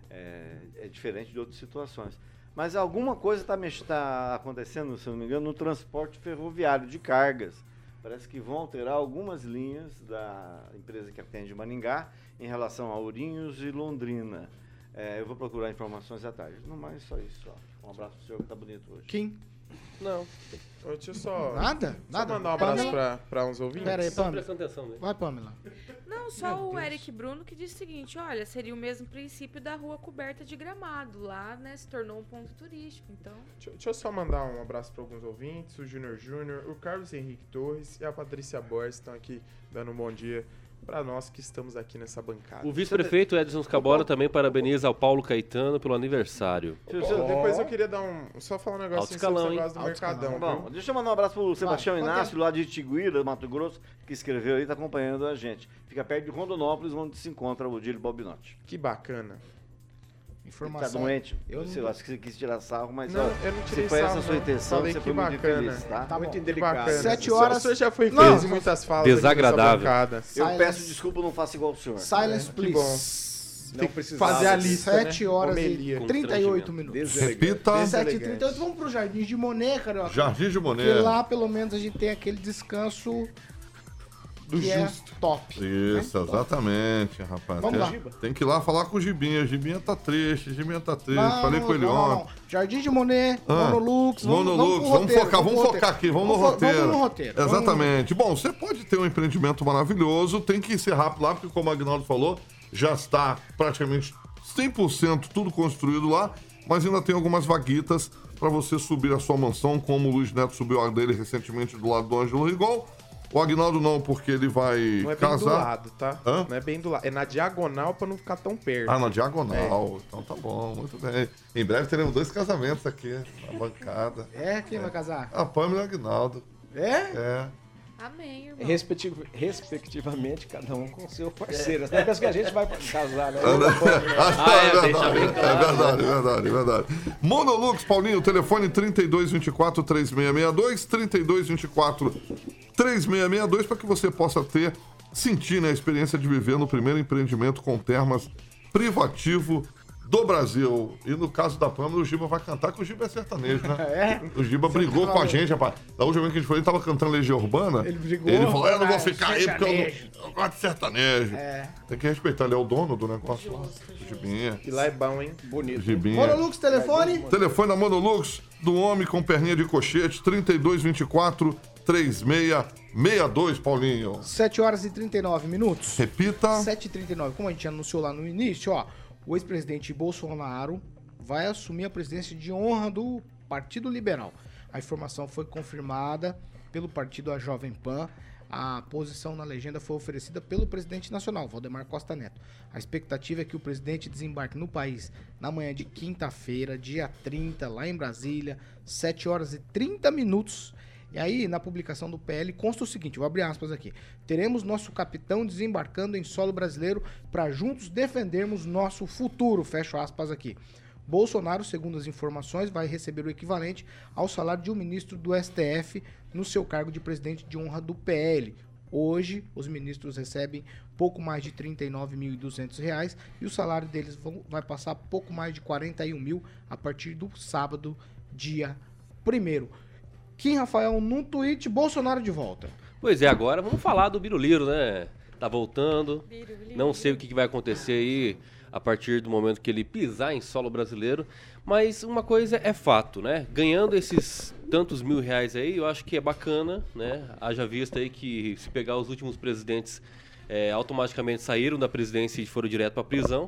Speaker 9: é, é diferente de outras situações. Mas alguma coisa está tá acontecendo, se não me engano, no transporte ferroviário de cargas. Parece que vão alterar algumas linhas da empresa que atende Maringá em relação a Ourinhos e Londrina. É, eu vou procurar informações à tarde. Não mais só isso. Ó. Um abraço pro senhor que tá bonito hoje.
Speaker 2: Kim?
Speaker 10: Não. Deixa eu só...
Speaker 2: Nada?
Speaker 10: Só
Speaker 2: Nada?
Speaker 10: mandar um abraço para uns ouvintes.
Speaker 2: Pera aí, Pamela.
Speaker 4: Prestando atenção, né?
Speaker 2: Vai, Pamela.
Speaker 8: Não, só o Eric Bruno que disse o seguinte, olha, seria o mesmo princípio da rua coberta de gramado. Lá, né, se tornou um ponto turístico, então...
Speaker 10: Deixa, deixa eu só mandar um abraço para alguns ouvintes, o Júnior Júnior, o Carlos Henrique Torres e a Patrícia Borges estão aqui dando um bom dia para nós que estamos aqui nessa bancada.
Speaker 4: O vice-prefeito Edson Scabora também parabeniza ao Paulo Caetano pelo aniversário.
Speaker 10: Oh. Depois eu queria dar um... Só falar um negócio
Speaker 4: Alto escalão,
Speaker 10: sobre esse negócio do
Speaker 4: Alto
Speaker 10: Mercadão.
Speaker 9: Bom,
Speaker 10: viu?
Speaker 9: deixa eu mandar um abraço pro Sebastião
Speaker 10: Vai,
Speaker 9: Inácio, lá de Tiguira, Mato Grosso, que escreveu aí, tá acompanhando a gente. Fica perto de Rondonópolis, onde se encontra o Odílio Bobinotti.
Speaker 10: Que bacana.
Speaker 2: Informação.
Speaker 9: Tá doente?
Speaker 2: Eu
Speaker 9: sei
Speaker 2: não...
Speaker 9: lá, se você quis tirar sarro, mas
Speaker 10: não,
Speaker 9: ó,
Speaker 10: eu não tirei
Speaker 9: se foi
Speaker 10: sarro,
Speaker 9: essa a sua
Speaker 10: não.
Speaker 9: intenção,
Speaker 10: Falei
Speaker 9: você
Speaker 10: que
Speaker 9: foi muito
Speaker 10: bacana.
Speaker 9: infeliz, tá?
Speaker 2: Tá
Speaker 13: muito
Speaker 2: bom.
Speaker 13: indelicado.
Speaker 2: Sete horas...
Speaker 10: O senhor já foi
Speaker 2: Não,
Speaker 10: feliz em muitas falas.
Speaker 4: Desagradável.
Speaker 9: Eu
Speaker 2: Silence.
Speaker 9: peço desculpa, não faço igual o senhor.
Speaker 2: Silence,
Speaker 10: É,
Speaker 2: please.
Speaker 10: que bom.
Speaker 13: Não
Speaker 10: Tem que
Speaker 13: precisava.
Speaker 10: fazer a lista,
Speaker 2: sete
Speaker 10: né?
Speaker 2: horas
Speaker 10: Homilia.
Speaker 2: e trinta e oito minutos.
Speaker 5: Repita.
Speaker 2: sete e trinta e oito, vamos pro Jardim de Monet, Carioca.
Speaker 5: Jardim de
Speaker 2: Porque
Speaker 5: Monet.
Speaker 2: lá, pelo menos, a gente tem aquele descanso
Speaker 10: do
Speaker 2: que
Speaker 10: justo.
Speaker 2: É top.
Speaker 5: Isso,
Speaker 2: né?
Speaker 5: exatamente, rapaz.
Speaker 2: Vamos
Speaker 5: tem,
Speaker 2: lá.
Speaker 5: tem que ir lá falar com o Gibinha. Gibinha tá triste, Gibinha tá triste.
Speaker 2: Não,
Speaker 5: Falei
Speaker 2: não,
Speaker 5: com ele
Speaker 2: não, não,
Speaker 5: ontem.
Speaker 2: não. Jardim de Monet,
Speaker 5: Ah,
Speaker 2: Monolux, vamos,
Speaker 5: Monolux,
Speaker 2: vamos, pro
Speaker 5: vamos
Speaker 2: roteiro,
Speaker 5: focar, vamos
Speaker 2: pro
Speaker 5: focar
Speaker 2: roteiro.
Speaker 5: aqui, vamos no
Speaker 2: Vamos-
Speaker 5: roteiro.
Speaker 2: Vamos no roteiro. vamos no
Speaker 5: Exatamente. Bom, você pode ter um empreendimento maravilhoso, tem que ser rápido lá, porque como o Agnaldo falou, já está praticamente cem por cento tudo construído lá, mas ainda tem algumas vaguitas para você subir a sua mansão, como o Luiz Neto subiu a dele recentemente do lado do Ângelo Rigol. O Agnaldo não, porque ele vai
Speaker 10: Não é bem
Speaker 5: casar.
Speaker 10: do lado, tá?
Speaker 5: Hã?
Speaker 10: Não é bem do lado. É na diagonal pra não ficar tão perto.
Speaker 5: Ah, na diagonal. Então tá bom, muito bem. Em breve teremos dois casamentos aqui na bancada.
Speaker 2: É, quem vai casar?
Speaker 5: A Pamela e o Agnaldo.
Speaker 2: É?
Speaker 5: É.
Speaker 8: Amém, irmão.
Speaker 13: Respectiv- respectivamente, cada um com seu parceiro. Não pensa que a gente vai casar, né?
Speaker 5: Ah,
Speaker 4: é,
Speaker 5: é,
Speaker 4: deixa bem
Speaker 5: verdade,
Speaker 4: claro,
Speaker 5: é verdade, é verdade, é verdade. Monolux, Paulinho, telefone trinta e dois, vinte e quatro, trinta e seis sessenta e dois, trinta e dois, vinte e quatro, trinta e seis sessenta e dois, para que você possa ter, sentir, né, a experiência de viver no primeiro empreendimento com termas privativo do Brasil. E no caso da Pâmela, o Giba vai cantar, que o Giba é sertanejo, né?
Speaker 2: É?
Speaker 5: O Giba brigou com a gente, rapaz. Da última vez que a gente foi, ele tava cantando Legião Urbana.
Speaker 2: Ele brigou.
Speaker 5: Ele falou, eu não vou
Speaker 2: Ah,
Speaker 5: ficar aí porque eu, não,
Speaker 2: sertanejo.
Speaker 5: eu gosto de sertanejo.
Speaker 2: É.
Speaker 5: Tem que respeitar, ele é o dono do negócio lá. O Gibinha.
Speaker 10: E lá é bom, hein?
Speaker 13: Bonito.
Speaker 5: Gibinha.
Speaker 2: Monolux, telefone?
Speaker 5: Telefone da Monolux, do homem com perninha de cochete, trinta e dois, vinte e quatro, trinta e seis sessenta e dois, Paulinho.
Speaker 2: sete horas e trinta e nove minutos.
Speaker 5: Repita.
Speaker 2: sete e trinta e nove. Como a gente anunciou lá no início, ó, o ex-presidente Bolsonaro vai assumir a presidência de honra do Partido Liberal. A informação foi confirmada pelo partido A Jovem Pan. A posição na legenda foi oferecida pelo presidente nacional, Valdemar Costa Neto. A expectativa é que o presidente desembarque no país na manhã de quinta-feira, dia trinta, lá em Brasília, sete horas e trinta minutos. E aí, na publicação do P L, consta o seguinte, vou abrir aspas aqui. Teremos nosso capitão desembarcando em solo brasileiro para juntos defendermos nosso futuro, fecho aspas aqui. Bolsonaro, segundo as informações, vai receber o equivalente ao salário de um ministro do S T F no seu cargo de presidente de honra do P L. Hoje, os ministros recebem pouco mais de trinta e nove mil e duzentos reais e o salário deles vão, vai passar pouco mais de quarenta e um mil a partir do sábado, dia primeiro. Kim Rafael, num tweet, Bolsonaro de volta.
Speaker 4: Pois é, agora vamos falar do Biruliro, né? Tá voltando.
Speaker 8: Biruliro.
Speaker 4: Não sei o que que vai acontecer aí a partir do momento que ele pisar em solo brasileiro, mas uma coisa é fato, né? Ganhando esses tantos mil reais aí, eu acho que é bacana, né? Haja vista aí que se pegar os últimos presidentes, é, automaticamente saíram da presidência e foram direto para a prisão.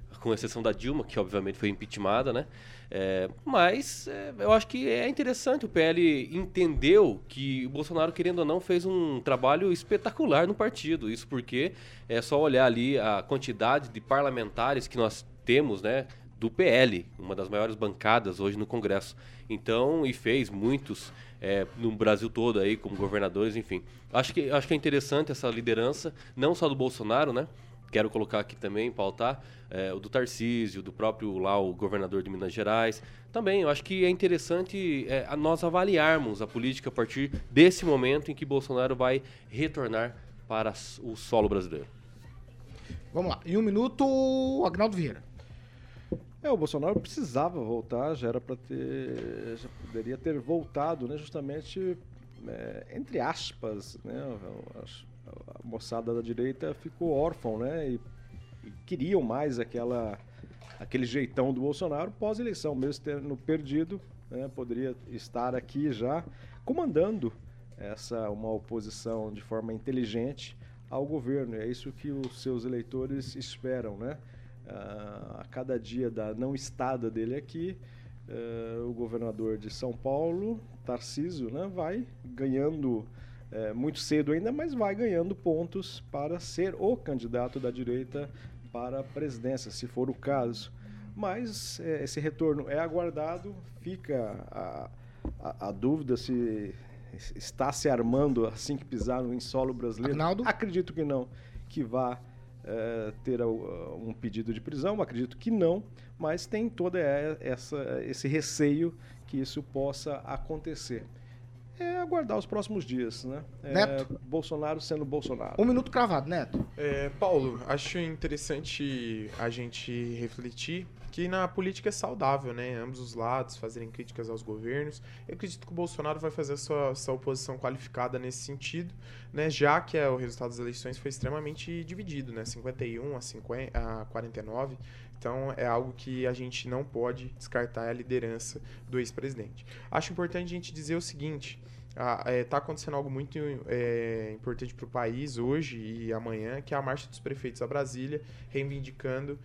Speaker 4: com exceção da Dilma, que obviamente foi impeachmentada, né? É, mas é, eu acho que é interessante, o P L entendeu que o Bolsonaro, querendo ou não, fez um trabalho espetacular no partido. Isso porque é só olhar ali a quantidade de parlamentares que nós temos, né, do P L, uma das maiores bancadas hoje no Congresso. Então, e fez muitos é, no Brasil todo aí, como governadores, enfim. Acho que, acho que é interessante essa liderança, não só do Bolsonaro, né? Quero colocar aqui também, pautar, é, o do Tarcísio, do próprio lá, o governador de Minas Gerais. Também, eu acho que é interessante é, a nós avaliarmos a política a partir desse momento em que Bolsonaro vai retornar para o solo brasileiro.
Speaker 2: Vamos lá. Em um minuto, Agnaldo Vieira.
Speaker 3: É, o Bolsonaro precisava voltar, já era para ter, já poderia ter voltado, né, justamente, é, entre aspas, né, a, a moçada da direita ficou órfão, né, e, e queriam mais aquela, aquele jeitão do Bolsonaro pós-eleição, mesmo tendo perdido, né, poderia estar aqui já comandando essa, uma oposição de forma inteligente ao governo, é isso que os seus eleitores esperam, né? Uh, a cada dia da não estada dele aqui, uh, o governador de São Paulo, Tarcísio, né, vai ganhando uh, muito cedo ainda, mas vai ganhando pontos para ser o candidato da direita para a presidência, se for o caso. Mas uh, esse retorno é aguardado, fica a, a, a dúvida se está se armando assim que pisar em solo brasileiro.
Speaker 2: Agnaldo?
Speaker 3: Acredito que não, que vá Uh, ter uh, um pedido de prisão, acredito que não, mas tem todo essa, esse receio que isso possa acontecer. É aguardar os próximos dias, né? É,
Speaker 2: Neto?
Speaker 3: Bolsonaro sendo Bolsonaro.
Speaker 2: Um minuto cravado, Neto.
Speaker 10: É, Paulo, acho interessante a gente refletir que na política é saudável, né? Ambos os lados fazerem críticas aos governos. Eu acredito que o Bolsonaro vai fazer a sua, sua oposição qualificada nesse sentido, né? Já que é, o resultado das eleições foi extremamente dividido, né? cinquenta e um a, cinquenta, a quarenta e nove. Então, é algo que a gente não pode descartar, é a liderança do ex-presidente. Acho importante a gente dizer o seguinte: está ah, é, acontecendo algo muito é, importante para o país hoje e amanhã, que é a marcha dos prefeitos a Brasília, reivindicando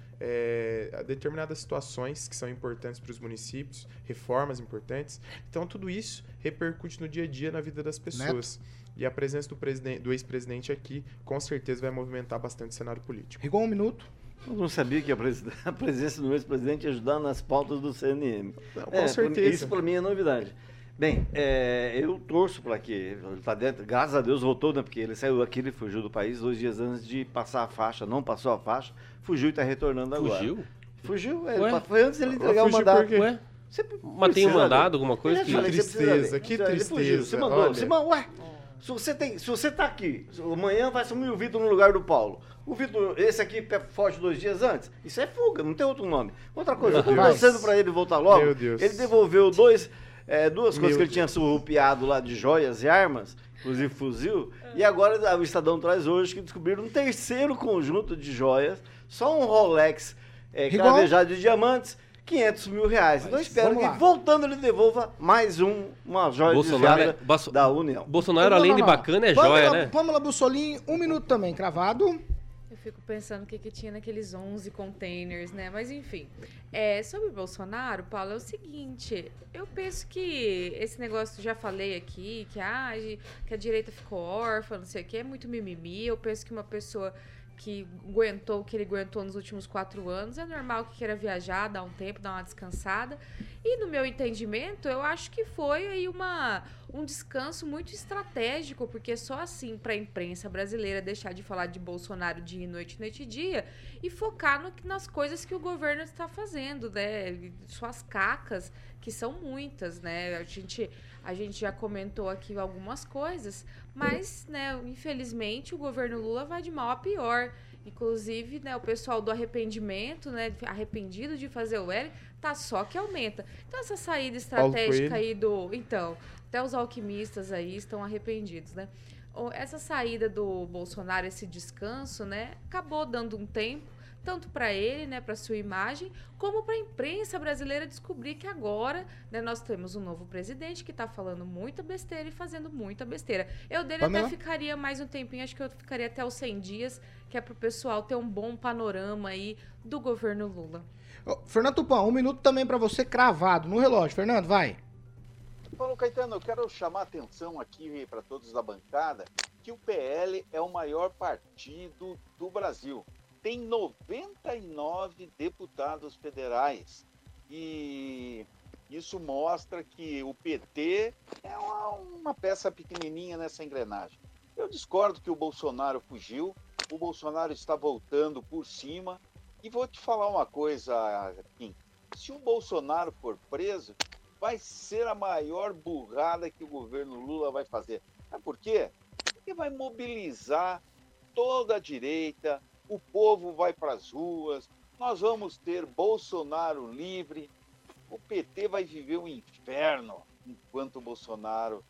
Speaker 10: é, determinadas situações que são importantes para os municípios, reformas importantes. Então, tudo isso repercute no dia a dia na vida das pessoas. Neto. E a presença do, do ex-presidente aqui, com certeza, vai movimentar bastante o cenário político.
Speaker 2: Igual um minuto.
Speaker 9: Eu não sabia que a, pres... a presença do ex-presidente ia ajudar nas pautas do C N M.
Speaker 10: Não, com é, certeza.
Speaker 9: Isso para mim é novidade. Bem, é, eu torço para que ele tá dentro, graças a Deus voltou, né? Porque ele saiu aqui, ele fugiu do país dois dias antes de passar a faixa, não passou a faixa, fugiu e está retornando agora.
Speaker 4: Fugiu?
Speaker 9: Fugiu, é, foi antes dele entregar o mandato.
Speaker 4: Ué? Mas tem um mandado, alguma coisa?
Speaker 10: Que tristeza, que tristeza.
Speaker 9: Você mandou, você mandou, ué, se você, tem, se você tá aqui, amanhã vai assumir o Vitor no lugar do Paulo. O Vitor, esse aqui foge dois dias antes, isso é fuga, não tem outro nome. Outra coisa, eu tô torcendo para ele voltar logo.
Speaker 10: Meu Deus.
Speaker 9: Ele devolveu dois... É, duas coisas Meu que ele tinha surrupiado lá de joias e armas, inclusive fuzil, é. E agora o Estadão traz hoje que descobriram um terceiro conjunto de joias, só um Rolex é, cravejado de diamantes, quinhentos mil reais. Então eu espero que, lá. voltando, ele devolva mais um, uma joia
Speaker 4: Bolsonaro
Speaker 9: desviada
Speaker 4: é, Basso,
Speaker 9: da União.
Speaker 4: Bolsonaro, além não, não, não. de bacana, é
Speaker 2: Pâmela,
Speaker 4: joia, né?
Speaker 2: Pâmela Bussolini, um minuto também, cravado.
Speaker 8: Eu fico pensando o que, que tinha naqueles onze containers, né? Mas, enfim. É, sobre o Bolsonaro, Paulo, é o seguinte. Eu penso que esse negócio, já falei aqui, que, ah, que a direita ficou órfã, não sei o que, é muito mimimi. Eu penso que uma pessoa que aguentou o que ele aguentou nos últimos quatro anos, é normal que queira viajar, dar um tempo, dar uma descansada. E, no meu entendimento, eu acho que foi aí uma, um descanso muito estratégico, porque só assim, para a imprensa brasileira deixar de falar de Bolsonaro dia e noite, noite e dia, e focar no, nas coisas que o governo está fazendo, né? Suas cacas, que são muitas, né? A gente, a gente já comentou aqui algumas coisas, mas, né, infelizmente, o governo Lula vai de mal a pior. Inclusive, né, o pessoal do arrependimento, né, arrependido de fazer o L, tá só que aumenta. Então, essa saída estratégica aí do... Então, até os alquimistas aí estão arrependidos, né? Essa saída do Bolsonaro, esse descanso, né, acabou dando um tempo, tanto para ele, né, para sua imagem, como para a imprensa brasileira descobrir que agora, né, nós temos um novo presidente que está falando muita besteira e fazendo muita besteira. Eu dele
Speaker 2: Pamela?
Speaker 8: até ficaria mais um tempinho, acho que eu ficaria até os cem dias, que é para o pessoal ter um bom panorama aí do governo Lula.
Speaker 2: Ô, Fernando Tupan, um minuto também para você cravado no relógio. Fernando, vai.
Speaker 7: Paulo Caetano, eu quero chamar a atenção aqui para todos da bancada que o P L é o maior partido do Brasil. Tem noventa e nove deputados federais e isso mostra que o P T é uma, uma peça pequenininha nessa engrenagem. Eu discordo que o Bolsonaro fugiu, o Bolsonaro está voltando por cima e vou te falar uma coisa, Kim. Se o Bolsonaro for preso, vai ser a maior burrada que o governo Lula vai fazer. Sabe por quê? Porque vai mobilizar toda a direita, o povo vai para as ruas, nós vamos ter Bolsonaro livre, o P T vai viver um inferno enquanto o Bolsonaro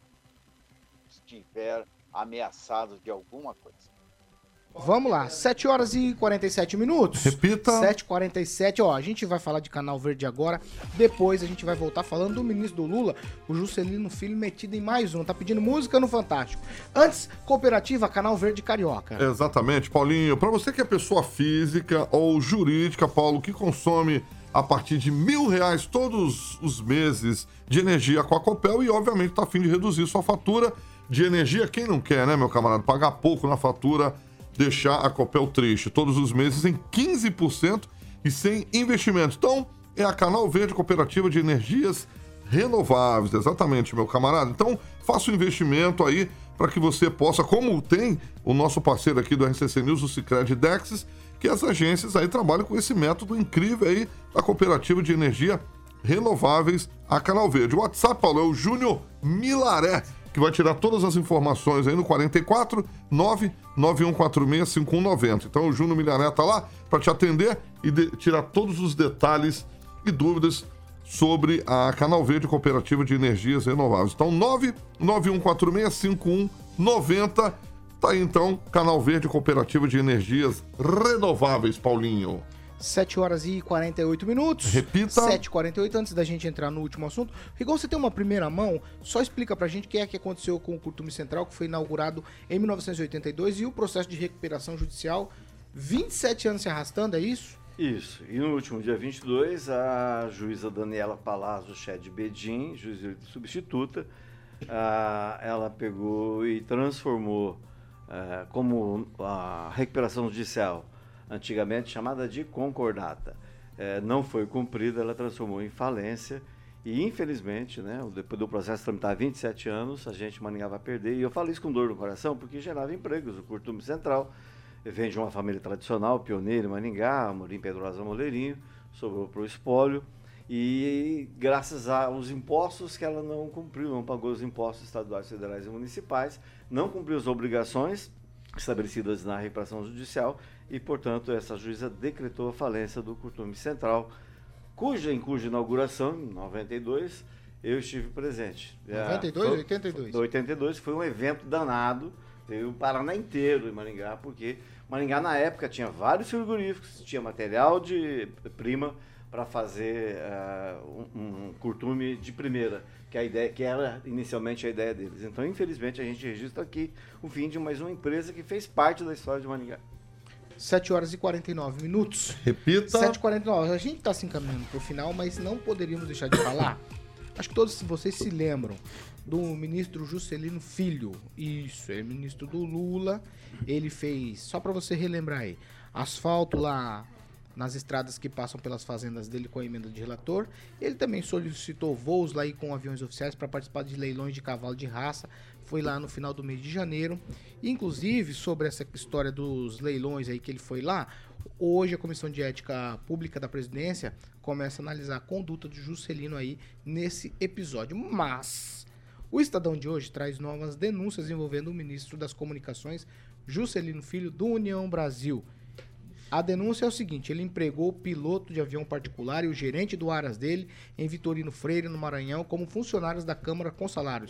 Speaker 7: estiver ameaçado de alguma coisa.
Speaker 2: Vamos lá, sete horas e quarenta e sete minutos.
Speaker 5: Repita.
Speaker 2: sete e quarenta e sete, ó, a gente vai falar de Canal Verde agora, depois a gente vai voltar falando do ministro do Lula, o Juscelino Filho, metido em mais um, tá pedindo música no Fantástico. Antes, cooperativa Canal Verde Carioca.
Speaker 5: Exatamente, Paulinho. Para você que é pessoa física ou jurídica, Paulo, que consome a partir de mil reais todos os meses de energia com a Copel e, obviamente, tá a fim de reduzir sua fatura de energia, quem não quer, né, meu camarada? Pagar pouco na fatura, deixar a Copel triste todos os meses em quinze por cento e sem investimento. Então, é a Canal Verde Cooperativa de Energias Renováveis, exatamente, meu camarada. Então, faça o um investimento aí para que você possa, como tem o nosso parceiro aqui do R C C News, o Sicredi Dexis, que as agências aí trabalham com esse método incrível aí da Cooperativa de Energia Renováveis, a Canal Verde. O WhatsApp, Paulo, é o Júnior Milaré, que vai tirar todas as informações aí no quarenta e quatro, nove nove um quatro seis, cinco um nove zero. Então o Júnior Milaré tá lá para te atender e de, tirar todos os detalhes e dúvidas sobre a Canal Verde Cooperativa de Energias Renováveis. Então nove nove um quatro seis, cinco um nove zero. Tá aí então, Canal Verde Cooperativa de Energias Renováveis, Paulinho.
Speaker 2: sete horas e quarenta e oito minutos.
Speaker 5: Repita.
Speaker 2: sete e quarenta e oito, antes da gente entrar no último assunto. Rigon, você tem uma primeira mão? Só explica pra gente o que é que aconteceu com o Curtume Central, que foi inaugurado em mil novecentos e oitenta e dois, e o processo de recuperação judicial, vinte e sete anos se arrastando, é isso?
Speaker 9: Isso. E no último dia vinte e dois, a juíza Daniela Palazzo Shed Bedin, juíza substituta, a, ela pegou e transformou a, como a recuperação judicial, antigamente chamada de concordata, é, não foi cumprida, ela transformou em falência e, infelizmente, né, depois do processo tramitar vinte e sete anos, a gente Maringá vai perder. E eu falo isso com dor no coração porque gerava empregos. O Curtume Central vem de uma família tradicional, pioneira em Maringá, Amorim Pedrosa Moleirinho, sobrou para o espólio e, graças aos impostos que ela não cumpriu, não pagou os impostos estaduais, federais e municipais, não cumpriu as obrigações estabelecidas na recuperação judicial e, portanto, essa juíza decretou a falência do Curtume Central, cuja, em cuja inauguração, em noventa e dois, eu estive presente.
Speaker 2: noventa e dois ou oitenta e dois?
Speaker 9: oitenta e dois foi um evento danado, teve o Paraná inteiro em Maringá, porque Maringá, na época, tinha vários frigoríficos, tinha material de prima para fazer uh, um, um curtume de primeira, que, a ideia, que era inicialmente a ideia deles. Então, infelizmente, a gente registra aqui o fim de mais uma empresa que fez parte da história de Maringá.
Speaker 2: sete horas e quarenta e nove minutos.
Speaker 5: Repita.
Speaker 2: sete e quarenta e nove. A gente está se encaminhando para o final, mas não poderíamos deixar de falar. Acho que todos vocês se lembram do ministro Juscelino Filho. Isso, ele é ministro do Lula. Ele fez, só para você relembrar aí, asfalto lá nas estradas que passam pelas fazendas dele com a emenda de relator. Ele também solicitou voos lá aí com aviões oficiais para participar de leilões de cavalo de raça. Foi lá no final do mês de janeiro. Inclusive, sobre essa história dos leilões aí que ele foi lá, hoje a Comissão de Ética Pública da Presidência começa a analisar a conduta do Juscelino aí nesse episódio. Mas o Estadão de hoje traz novas denúncias envolvendo o ministro das Comunicações, Juscelino Filho, do União Brasil. A denúncia é o seguinte: ele empregou o piloto de avião particular e o gerente do Aras dele em Vitorino Freire, no Maranhão, como funcionários da Câmara com salários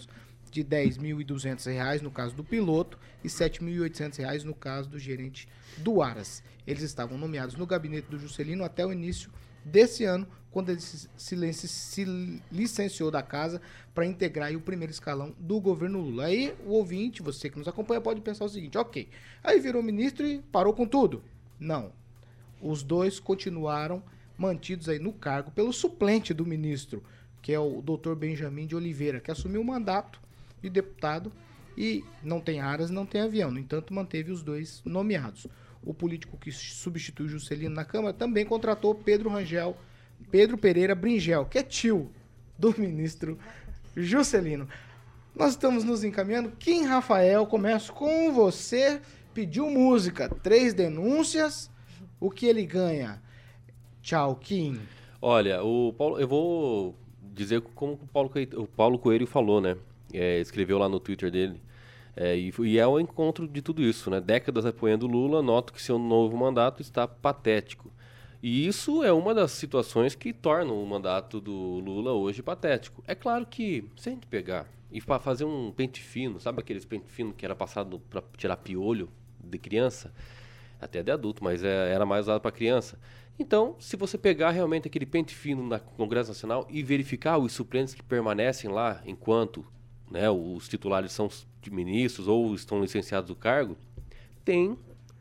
Speaker 2: de dez mil e duzentos reais no caso do piloto e sete mil e oitocentos reais no caso do gerente do Aras. Eles estavam nomeados no gabinete do Juscelino até o início desse ano, quando ele se, se, se licenciou da casa para integrar aí o primeiro escalão do governo Lula. Aí o ouvinte, você que nos acompanha, pode pensar o seguinte, ok, aí virou ministro e parou com tudo. Não, os dois continuaram mantidos aí no cargo pelo suplente do ministro, que é o doutor Benjamin de Oliveira, que assumiu o mandato de deputado e não tem aras, não tem avião. No entanto, manteve os dois nomeados. O político que substitui Juscelino na Câmara também contratou Pedro Rangel, Pedro Pereira Bringel, que é tio do ministro Juscelino. Nós estamos nos encaminhando. Kim Rafael, começo com você. Pediu música, três denúncias. O que ele ganha? Tchau, Kim.
Speaker 4: Olha, o Paulo, eu vou dizer como o Paulo, o Paulo Coelho falou, né? É, escreveu lá no Twitter dele. É, e, e é o encontro de tudo isso, né? Décadas apoiando Lula, noto que seu novo mandato está patético. E isso é uma das situações que tornam o mandato do Lula hoje patético. É claro que, se a gente pegar e fa- fazer um pente fino, sabe aqueles pente fino que era passado para tirar piolho de criança? Até de adulto, mas é, era mais usado para criança. Então, se você pegar realmente aquele pente fino no Congresso Nacional e verificar os suplentes que permanecem lá enquanto, né, os titulares são de ministros ou estão licenciados do cargo, tem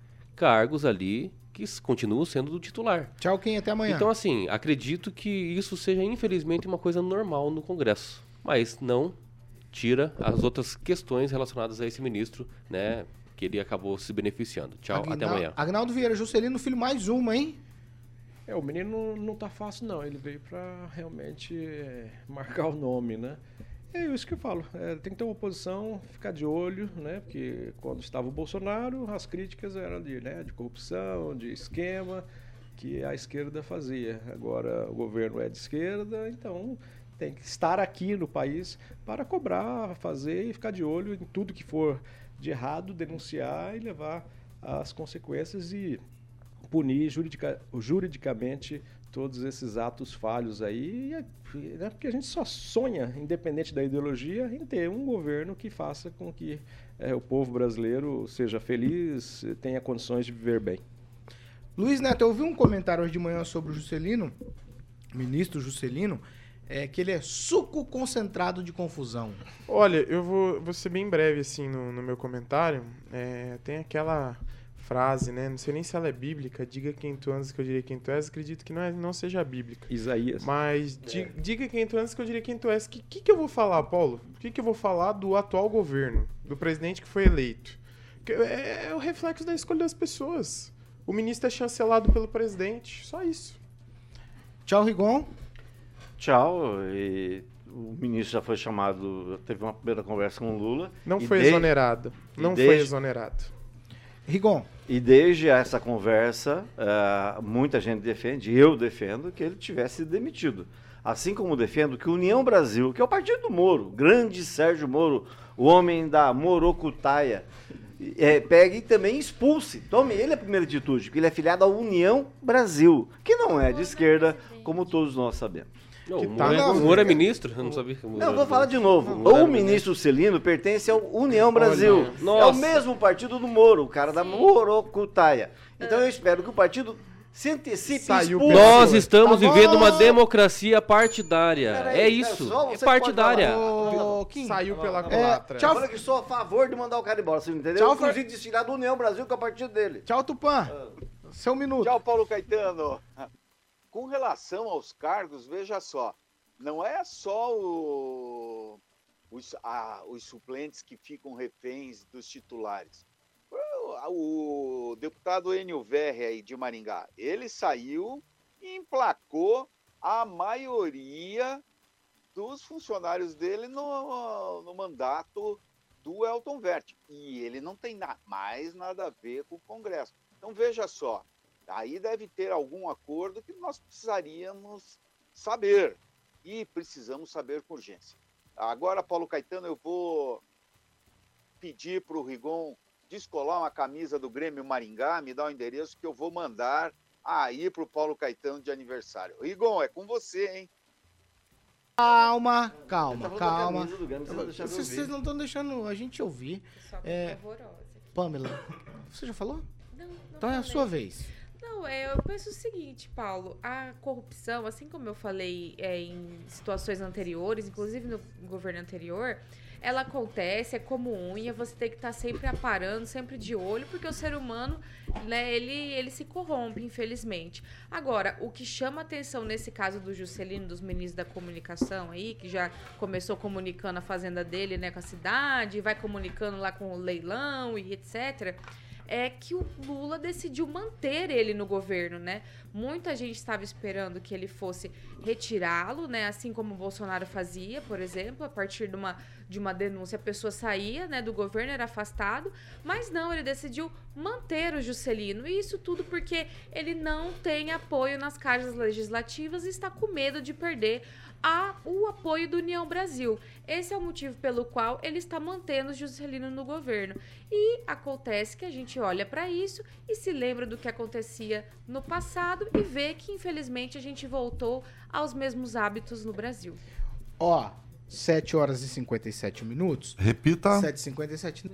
Speaker 4: cargos ali que continuam sendo do titular.
Speaker 2: Tchau, Kim, até amanhã.
Speaker 4: Então, assim, acredito que isso seja, infelizmente, uma coisa normal no Congresso, mas não tira as outras questões relacionadas a esse ministro, né, que ele acabou se beneficiando. Tchau,
Speaker 2: Aguinaldo,
Speaker 4: até amanhã.
Speaker 2: Agnaldo Vieira Juscelino, filho, mais uma, hein?
Speaker 13: É, o menino não, não tá fácil, não. Ele veio para realmente é, marcar o nome, né? É isso que eu falo. É, tem que ter uma oposição, ficar de olho, né? Porque quando estava o Bolsonaro, as críticas eram de, né, de corrupção, de esquema que a esquerda fazia. Agora o governo é de esquerda, então tem que estar aqui no país para cobrar, fazer e ficar de olho em tudo que for de errado, denunciar e levar as consequências e punir juridica, juridicamente todos esses atos falhos aí, né, porque a gente só sonha, independente da ideologia, em ter um governo que faça com que é, o povo brasileiro seja feliz, tenha condições de viver bem.
Speaker 2: Luiz Neto, eu ouvi um comentário hoje de manhã sobre o Juscelino, ministro Juscelino, é, que ele é suco concentrado de confusão.
Speaker 10: Olha, eu vou, vou ser bem breve assim no, no meu comentário. É, tem aquela frase, né? Não sei nem se ela é bíblica. Diga quem tu andas que eu diria quem tu és. Acredito que não, é, não seja bíblica.
Speaker 13: Isaías.
Speaker 10: Mas di, é. diga quem tu andas que eu diria quem tu és. O que, que, que eu vou falar, Paulo? O que, que eu vou falar do atual governo? Do presidente que foi eleito? Que é, é o reflexo da escolha das pessoas. O ministro é chancelado pelo presidente. Só isso.
Speaker 2: Tchau, Rigon.
Speaker 9: Tchau. E o ministro já foi chamado, teve uma primeira conversa com o Lula.
Speaker 10: Não foi desde, exonerado. Não desde, foi exonerado.
Speaker 2: Rigon.
Speaker 9: E desde essa conversa, uh, muita gente defende, eu defendo, que ele tivesse demitido. Assim como defendo que União Brasil, que é o partido do Moro, grande Sérgio Moro, o homem da Morocutaia, é, pegue e também expulse, tome ele a primeira atitude, porque ele é filiado à União Brasil, que não é de esquerda, como todos nós sabemos.
Speaker 4: Não, o Moro é, Moro é ministro? Eu não sabia que o Moro
Speaker 9: Não, vou falar de novo. Não, o ministro Celino pertence ao União Brasil. É o mesmo partido do Moro, o cara da Morocutaia. Então eu espero que o partido se antecipe e expulse.
Speaker 4: Nós estamos tá vivendo uma democracia partidária. Aí, é isso. É partidária.
Speaker 10: Oh, Saiu pela culatra.
Speaker 9: É, tchau. Olha que sou a favor de mandar o cara embora, você não entendeu? Tchau, inclusive de tirar do União Brasil, que é o partido dele.
Speaker 2: Tchau, Tupã. Ah. Seu minuto.
Speaker 7: Tchau, Paulo Caetano. Com relação aos cargos, veja só, não é só o, os, a, os suplentes que ficam reféns dos titulares. O, o deputado Enio Verri aí de Maringá, ele saiu e emplacou a maioria dos funcionários dele no, no mandato do Elton Wert. E ele não tem na, mais nada a ver com o Congresso. Então, veja só. Aí deve ter algum acordo que nós precisaríamos saber. E precisamos saber com urgência. Agora, Paulo Caetano, eu vou pedir para o Rigon descolar uma camisa do Grêmio Maringá, me dá o endereço que eu vou mandar aí para o Paulo Caetano de aniversário. Rigon, é com você, hein?
Speaker 2: Calma, calma,
Speaker 9: Tá
Speaker 2: calma.
Speaker 9: do Grêmio, você não deixa eu
Speaker 2: Vocês,
Speaker 9: ouvir.
Speaker 2: vocês não estão deixando a gente ouvir.
Speaker 8: Só que
Speaker 2: É,
Speaker 8: é horrorosa.
Speaker 2: Pamela, você já falou?
Speaker 8: Não, não
Speaker 2: Então é a
Speaker 8: falei.
Speaker 2: sua vez.
Speaker 8: Não, é, eu penso o seguinte, Paulo, a corrupção, assim como eu falei é, em situações anteriores, inclusive no governo anterior, ela acontece, é como unha, você tem que estar sempre aparando, sempre de olho, porque o ser humano, né, ele, ele se corrompe, infelizmente. Agora, o que chama atenção nesse caso do Juscelino, dos ministros da comunicação aí, que já começou comunicando a fazenda dele, né, com a cidade, vai comunicando lá com o leilão e etcétera, é que o Lula decidiu manter ele no governo, né? Muita gente estava esperando que ele fosse retirá-lo, né? Assim como o Bolsonaro fazia, por exemplo, a partir de uma, de uma denúncia, a pessoa saía, né, do governo, era afastado, mas não, ele decidiu manter o Juscelino, e isso tudo porque ele não tem apoio nas casas legislativas e está com medo de perder a, o apoio do União Brasil. Esse é o motivo pelo qual ele está mantendo o Juscelino no governo. E acontece que a gente olha para isso e se lembra do que acontecia no passado e vê que, infelizmente, a gente voltou aos mesmos hábitos no Brasil.
Speaker 2: Ó, sete horas e cinquenta e sete minutos.
Speaker 5: Repita.
Speaker 2: sete e cinquenta e sete.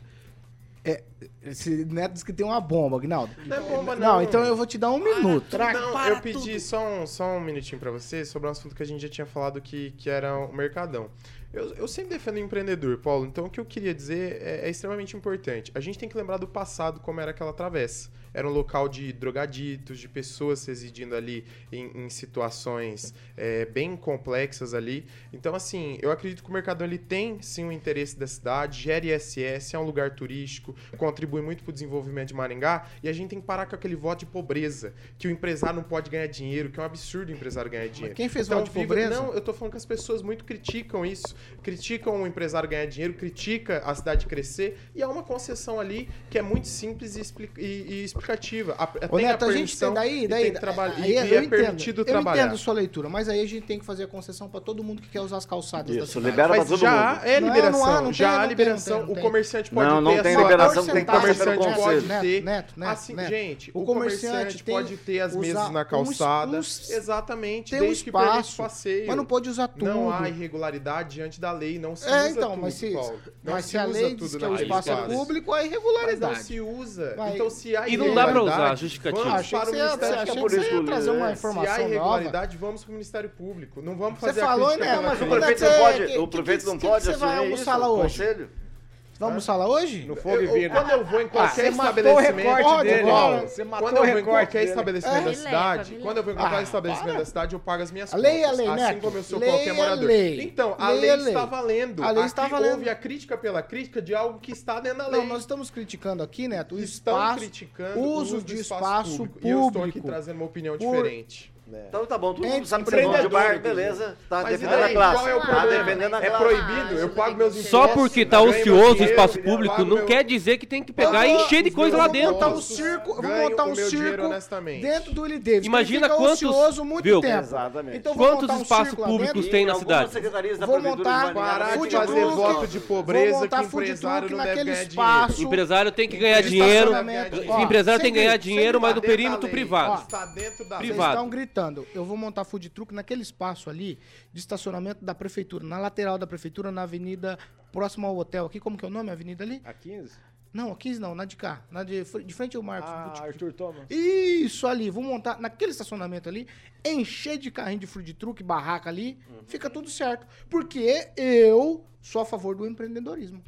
Speaker 2: É, esse Neto diz que tem uma bomba, Aguinaldo.
Speaker 10: Não é bomba, não.
Speaker 2: Não, então eu vou te dar um minuto.
Speaker 10: Não,
Speaker 2: Para
Speaker 10: eu pedi
Speaker 2: tudo.
Speaker 10: só um, só um minutinho pra você sobre um assunto que a gente já tinha falado que, que era o Mercadão. Eu, eu sempre defendo o empreendedor, Paulo, então o que eu queria dizer é, é extremamente importante. A gente tem que lembrar do passado, como era aquela travessa. Era um local de drogaditos, de pessoas residindo ali em, em situações é, bem complexas ali. Então, assim, eu acredito que o Mercadão ele tem, sim, um interesse da cidade, gera I S S, é um lugar turístico, contribui muito para o desenvolvimento de Maringá, e a gente tem que parar com aquele voto de pobreza, que o empresário não pode ganhar dinheiro, que é um absurdo o empresário ganhar dinheiro.
Speaker 2: Mas quem fez
Speaker 10: então,
Speaker 2: voto de
Speaker 10: viva-
Speaker 2: pobreza?
Speaker 10: Não, eu tô falando que as pessoas muito criticam isso, criticam o empresário ganhar dinheiro, critica a cidade crescer, e há uma concessão ali que é muito simples e, expli- e- e explicativa. A,
Speaker 2: Ô,
Speaker 10: tem
Speaker 2: Neto,
Speaker 10: a
Speaker 2: a gente tem
Speaker 10: permissão
Speaker 2: daí,
Speaker 10: e
Speaker 2: daí,
Speaker 10: tem que trabalhar,
Speaker 2: aí
Speaker 10: e,
Speaker 2: eu
Speaker 10: e é
Speaker 2: entendo,
Speaker 10: permitido
Speaker 2: eu
Speaker 10: trabalhar.
Speaker 2: entendo sua leitura, mas aí a gente tem que fazer a concessão para todo mundo que quer usar as calçadas da
Speaker 9: Isso,
Speaker 2: cidade.
Speaker 9: libera pra
Speaker 10: Mas
Speaker 9: todo
Speaker 10: já
Speaker 9: mundo.
Speaker 10: é
Speaker 2: Não,
Speaker 10: liberação,
Speaker 2: não há, não
Speaker 10: já
Speaker 2: tem,
Speaker 10: há
Speaker 2: não
Speaker 10: liberação.
Speaker 2: tem, não tem.
Speaker 10: O comerciante pode
Speaker 9: Não,
Speaker 10: ter
Speaker 9: não tem
Speaker 10: a sua-
Speaker 9: liberação, tem que
Speaker 10: o
Speaker 9: estar
Speaker 10: comerciante
Speaker 9: pelo
Speaker 10: pode
Speaker 9: conselho.
Speaker 10: ter.
Speaker 2: Neto, Neto,
Speaker 10: assim,
Speaker 2: Neto.
Speaker 10: gente,
Speaker 2: O
Speaker 10: o,
Speaker 2: comerciante
Speaker 10: comerciante
Speaker 2: tem
Speaker 10: pode ter as
Speaker 2: usar
Speaker 10: mesas na
Speaker 2: um-
Speaker 10: calçada.
Speaker 2: um-
Speaker 10: exatamente,
Speaker 2: tem um
Speaker 10: desde que permita
Speaker 2: espaço,
Speaker 10: passeio.
Speaker 2: mas não pode usar tudo.
Speaker 10: Não há irregularidade diante da lei, não se
Speaker 2: É,
Speaker 10: usa
Speaker 2: então,
Speaker 10: tudo,
Speaker 2: mas se,
Speaker 10: Paulo. Não
Speaker 2: mas
Speaker 10: se
Speaker 2: se a
Speaker 10: usa
Speaker 2: lei
Speaker 10: tudo
Speaker 2: diz que
Speaker 10: na
Speaker 2: o
Speaker 10: lei.
Speaker 2: espaço é público, é
Speaker 10: Mas
Speaker 2: irregularidade.
Speaker 10: não se usa.
Speaker 2: Vai.
Speaker 10: Então, se há
Speaker 4: E não dá pra usar
Speaker 10: irregularidade,
Speaker 4: justificativa.
Speaker 10: vamos
Speaker 2: Achei
Speaker 10: para
Speaker 2: que
Speaker 10: o
Speaker 2: você ia-
Speaker 10: Ministério
Speaker 2: achei
Speaker 9: que
Speaker 2: que você ia
Speaker 9: por isso,
Speaker 2: trazer uma
Speaker 9: né?
Speaker 10: Se há
Speaker 2: informação nova.
Speaker 10: irregularidade, vamos para o Ministério Público. Não vamos fazer
Speaker 2: Você
Speaker 10: a
Speaker 2: falou,
Speaker 10: crítica
Speaker 2: né?
Speaker 10: pela
Speaker 9: Mas o
Speaker 10: crítica.
Speaker 9: prefeito
Speaker 2: Neto,
Speaker 9: não
Speaker 2: você-
Speaker 9: pode,
Speaker 2: que-
Speaker 9: o prefeito
Speaker 2: que-
Speaker 9: não
Speaker 2: que
Speaker 9: pode
Speaker 2: você vai
Speaker 9: assumir
Speaker 2: almoçar
Speaker 9: isso,
Speaker 2: lá
Speaker 9: o
Speaker 2: hoje?
Speaker 9: conselho?
Speaker 2: Vai almoçar lá hoje?
Speaker 13: No fogo e
Speaker 10: Eu- eu-
Speaker 13: vida.
Speaker 10: Quando eu vou em
Speaker 13: Ah,
Speaker 10: qualquer
Speaker 13: você matou o
Speaker 10: estabelecimento,
Speaker 13: recorte
Speaker 2: Pode,
Speaker 13: dele.
Speaker 2: Paulo.
Speaker 13: Você
Speaker 10: Quando
Speaker 13: matou
Speaker 10: eu
Speaker 13: o
Speaker 10: vou em
Speaker 13: recorte
Speaker 10: qualquer
Speaker 13: dele.
Speaker 10: estabelecimento
Speaker 8: É.
Speaker 10: da
Speaker 8: Me
Speaker 10: cidade,
Speaker 8: leva, me
Speaker 10: quando eu vou em
Speaker 2: leva.
Speaker 10: qualquer
Speaker 2: Ah,
Speaker 10: estabelecimento
Speaker 2: para.
Speaker 10: da cidade, eu pago as minhas
Speaker 2: A lei é a
Speaker 10: contas,
Speaker 2: lei,
Speaker 10: assim
Speaker 2: Neto.
Speaker 10: como eu sou
Speaker 2: Lei
Speaker 10: qualquer
Speaker 2: é
Speaker 10: morador.
Speaker 2: lei.
Speaker 10: Então, a
Speaker 2: Lei
Speaker 10: lei,
Speaker 2: é
Speaker 10: está
Speaker 2: lei.
Speaker 10: valendo.
Speaker 2: A lei
Speaker 10: Aqui
Speaker 2: está valendo.
Speaker 10: houve a crítica pela crítica de algo que está dentro da lei.
Speaker 2: Não, nós estamos criticando aqui, Neto, o
Speaker 10: Estão
Speaker 2: espaço,
Speaker 10: criticando
Speaker 2: o
Speaker 10: o
Speaker 2: uso
Speaker 10: uso
Speaker 2: de
Speaker 10: do
Speaker 2: espaço
Speaker 10: público.
Speaker 2: público.
Speaker 10: E eu estou aqui trazendo uma opinião
Speaker 2: Por-
Speaker 10: diferente.
Speaker 9: Então tá bom, todo mundo
Speaker 2: Entre
Speaker 9: sabe que você é bom de bar,
Speaker 2: empreendedores.
Speaker 9: beleza. Tá
Speaker 10: Mas
Speaker 9: defendendo a
Speaker 10: aí,
Speaker 9: classe.
Speaker 10: qual é o
Speaker 9: Tá
Speaker 10: problema?
Speaker 9: defendendo a
Speaker 10: É
Speaker 9: classe.
Speaker 10: proibido, eu pago meus impostos.
Speaker 4: Só porque tá
Speaker 10: ganho
Speaker 4: ocioso
Speaker 10: meu
Speaker 4: o espaço
Speaker 10: dinheiro,
Speaker 4: público
Speaker 10: pago
Speaker 4: não
Speaker 10: meu-
Speaker 4: quer dizer que tem que pegar e encher de coisa lá
Speaker 2: Eu vou
Speaker 4: dentro.
Speaker 2: montar um circo, eu vou
Speaker 10: Ganho
Speaker 2: montar
Speaker 10: o
Speaker 2: um
Speaker 10: meu dinheiro
Speaker 2: circo
Speaker 10: honestamente.
Speaker 2: dentro do Willie Davis.
Speaker 4: Imagina
Speaker 2: Ele fica
Speaker 4: quantos-
Speaker 2: ocioso muito
Speaker 4: viu?
Speaker 2: tempo.
Speaker 9: Exatamente.
Speaker 2: Então eu vou
Speaker 4: Quantos
Speaker 2: montar um
Speaker 4: espaços
Speaker 2: circo lá
Speaker 4: públicos
Speaker 2: dentro,
Speaker 4: tem na
Speaker 9: Algumas
Speaker 4: cidade?
Speaker 9: secretarias da
Speaker 2: Vou
Speaker 9: prefeitura
Speaker 2: montar-
Speaker 9: de Maringá
Speaker 10: Parar de
Speaker 2: Food
Speaker 9: tinha
Speaker 10: fazer
Speaker 2: truck,
Speaker 10: voto de
Speaker 2: vou
Speaker 10: pobreza
Speaker 2: montar
Speaker 10: que
Speaker 2: food
Speaker 10: empresário
Speaker 2: truck
Speaker 10: não deve
Speaker 2: naquele
Speaker 10: ganhar
Speaker 2: espaço.
Speaker 10: dinheiro.
Speaker 4: Empresário tem que ganhar
Speaker 2: Tem
Speaker 4: dinheiro.
Speaker 2: estacionamento.
Speaker 4: O
Speaker 2: Ó,
Speaker 4: empresário tem que
Speaker 2: sem
Speaker 4: ganhar
Speaker 2: grito,
Speaker 4: dinheiro,
Speaker 2: sem
Speaker 4: mas no
Speaker 10: Dentro da
Speaker 4: perímetro
Speaker 10: lei.
Speaker 4: privado.
Speaker 10: Está dentro da
Speaker 2: Vocês
Speaker 4: Privado.
Speaker 2: estão gritando. Eu vou montar food truck naquele espaço ali de estacionamento da prefeitura, na lateral da prefeitura, na avenida próximo ao hotel. Aqui, como que é o nome? A avenida ali?
Speaker 13: A quinze?
Speaker 2: Não, a quinze não, na de cá. Na de, fr- de frente ao Marcos.
Speaker 13: Ah,
Speaker 2: Boutique.
Speaker 13: Arthur Thomas.
Speaker 2: Isso ali, vou montar naquele estacionamento ali, encher de carrinho de food truck, barraca ali, fica tudo certo. Porque eu sou a favor do empreendedorismo.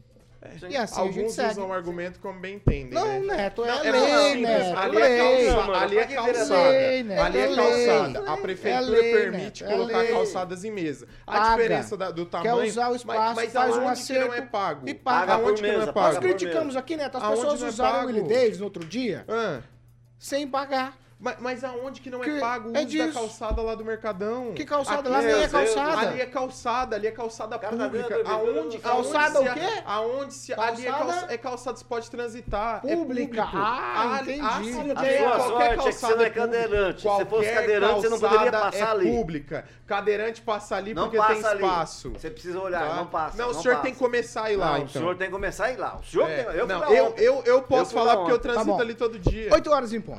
Speaker 2: E assim a gente
Speaker 10: Alguns
Speaker 2: segue.
Speaker 10: usam o argumento como bem entendem,
Speaker 2: Não,
Speaker 10: né?
Speaker 2: Neto, é
Speaker 10: Não,
Speaker 2: a
Speaker 10: é
Speaker 2: lei,
Speaker 10: muito simples.
Speaker 2: Neto.
Speaker 10: Ali
Speaker 2: é
Speaker 10: é
Speaker 2: lei.
Speaker 10: calçada. Ali é
Speaker 9: Pra que
Speaker 10: calçada.
Speaker 2: lei, Neto,
Speaker 10: Ali é
Speaker 2: é lei.
Speaker 10: calçada. A
Speaker 2: É
Speaker 10: prefeitura
Speaker 2: lei,
Speaker 10: permite
Speaker 2: Neto, é
Speaker 10: colocar
Speaker 2: lei.
Speaker 10: calçadas em mesa. A
Speaker 2: Paga.
Speaker 10: diferença da- do tamanho...
Speaker 2: Quer usar o espaço,
Speaker 10: mas, mas
Speaker 2: faz um
Speaker 10: aonde que não é
Speaker 2: acerto
Speaker 10: pago?
Speaker 2: e paga.
Speaker 10: Aonde
Speaker 9: por
Speaker 10: que não é
Speaker 9: mesa,
Speaker 2: Nós
Speaker 10: pago?
Speaker 9: paga por
Speaker 2: criticamos aqui, Neto, as
Speaker 10: Aonde
Speaker 2: pessoas
Speaker 10: não é
Speaker 2: usaram o
Speaker 10: pago?
Speaker 2: Willie Davis no outro dia
Speaker 10: Ah,
Speaker 2: sem pagar.
Speaker 10: mas, mas aonde que não
Speaker 2: Que
Speaker 10: é pago o
Speaker 2: é
Speaker 10: uso da
Speaker 2: disso.
Speaker 10: calçada lá do Mercadão?
Speaker 2: Que calçada?
Speaker 10: Aqui
Speaker 2: Lá nem é
Speaker 9: Deus, Deus,
Speaker 2: calçada.
Speaker 10: Ali é calçada, ali é calçada
Speaker 9: Cara, tá
Speaker 10: pública.
Speaker 9: dentro,
Speaker 10: Aonde,
Speaker 2: Calçada
Speaker 10: aonde
Speaker 2: o
Speaker 10: se-
Speaker 2: quê?
Speaker 10: Aonde se. Ali é
Speaker 2: Calçada
Speaker 10: calçada, é calçada, você pode transitar.
Speaker 2: Pública.
Speaker 10: É público.
Speaker 2: Ah,
Speaker 10: Ali-
Speaker 2: entendi.
Speaker 10: assim,
Speaker 2: A
Speaker 9: A
Speaker 10: tem
Speaker 9: sua
Speaker 10: qualquer
Speaker 9: sorte é que você
Speaker 10: calçada
Speaker 9: não é
Speaker 10: pública.
Speaker 9: cadeirante. Se
Speaker 10: Qualquer
Speaker 9: fosse cadeirante, você não poderia
Speaker 10: calçada
Speaker 9: passar
Speaker 10: é
Speaker 9: ali.
Speaker 10: pública. Cadeirante passa ali
Speaker 9: Não
Speaker 10: porque
Speaker 9: passa
Speaker 10: tem
Speaker 9: ali.
Speaker 10: espaço.
Speaker 9: Você precisa olhar,
Speaker 10: tá?
Speaker 9: não passa.
Speaker 10: Não, o
Speaker 9: não
Speaker 10: senhor
Speaker 9: passa.
Speaker 10: tem que começar a ir lá,
Speaker 9: Não,
Speaker 10: então.
Speaker 9: o senhor tem que começar a ir lá. O senhor
Speaker 10: É,
Speaker 9: tem... Eu,
Speaker 10: não,
Speaker 9: fui lá
Speaker 10: eu,
Speaker 9: ontem.
Speaker 10: eu, eu posso
Speaker 9: fui lá
Speaker 10: falar porque eu
Speaker 9: ontem.
Speaker 10: transito
Speaker 2: Tá bom.
Speaker 10: ali todo dia.
Speaker 2: oito horas em ponto.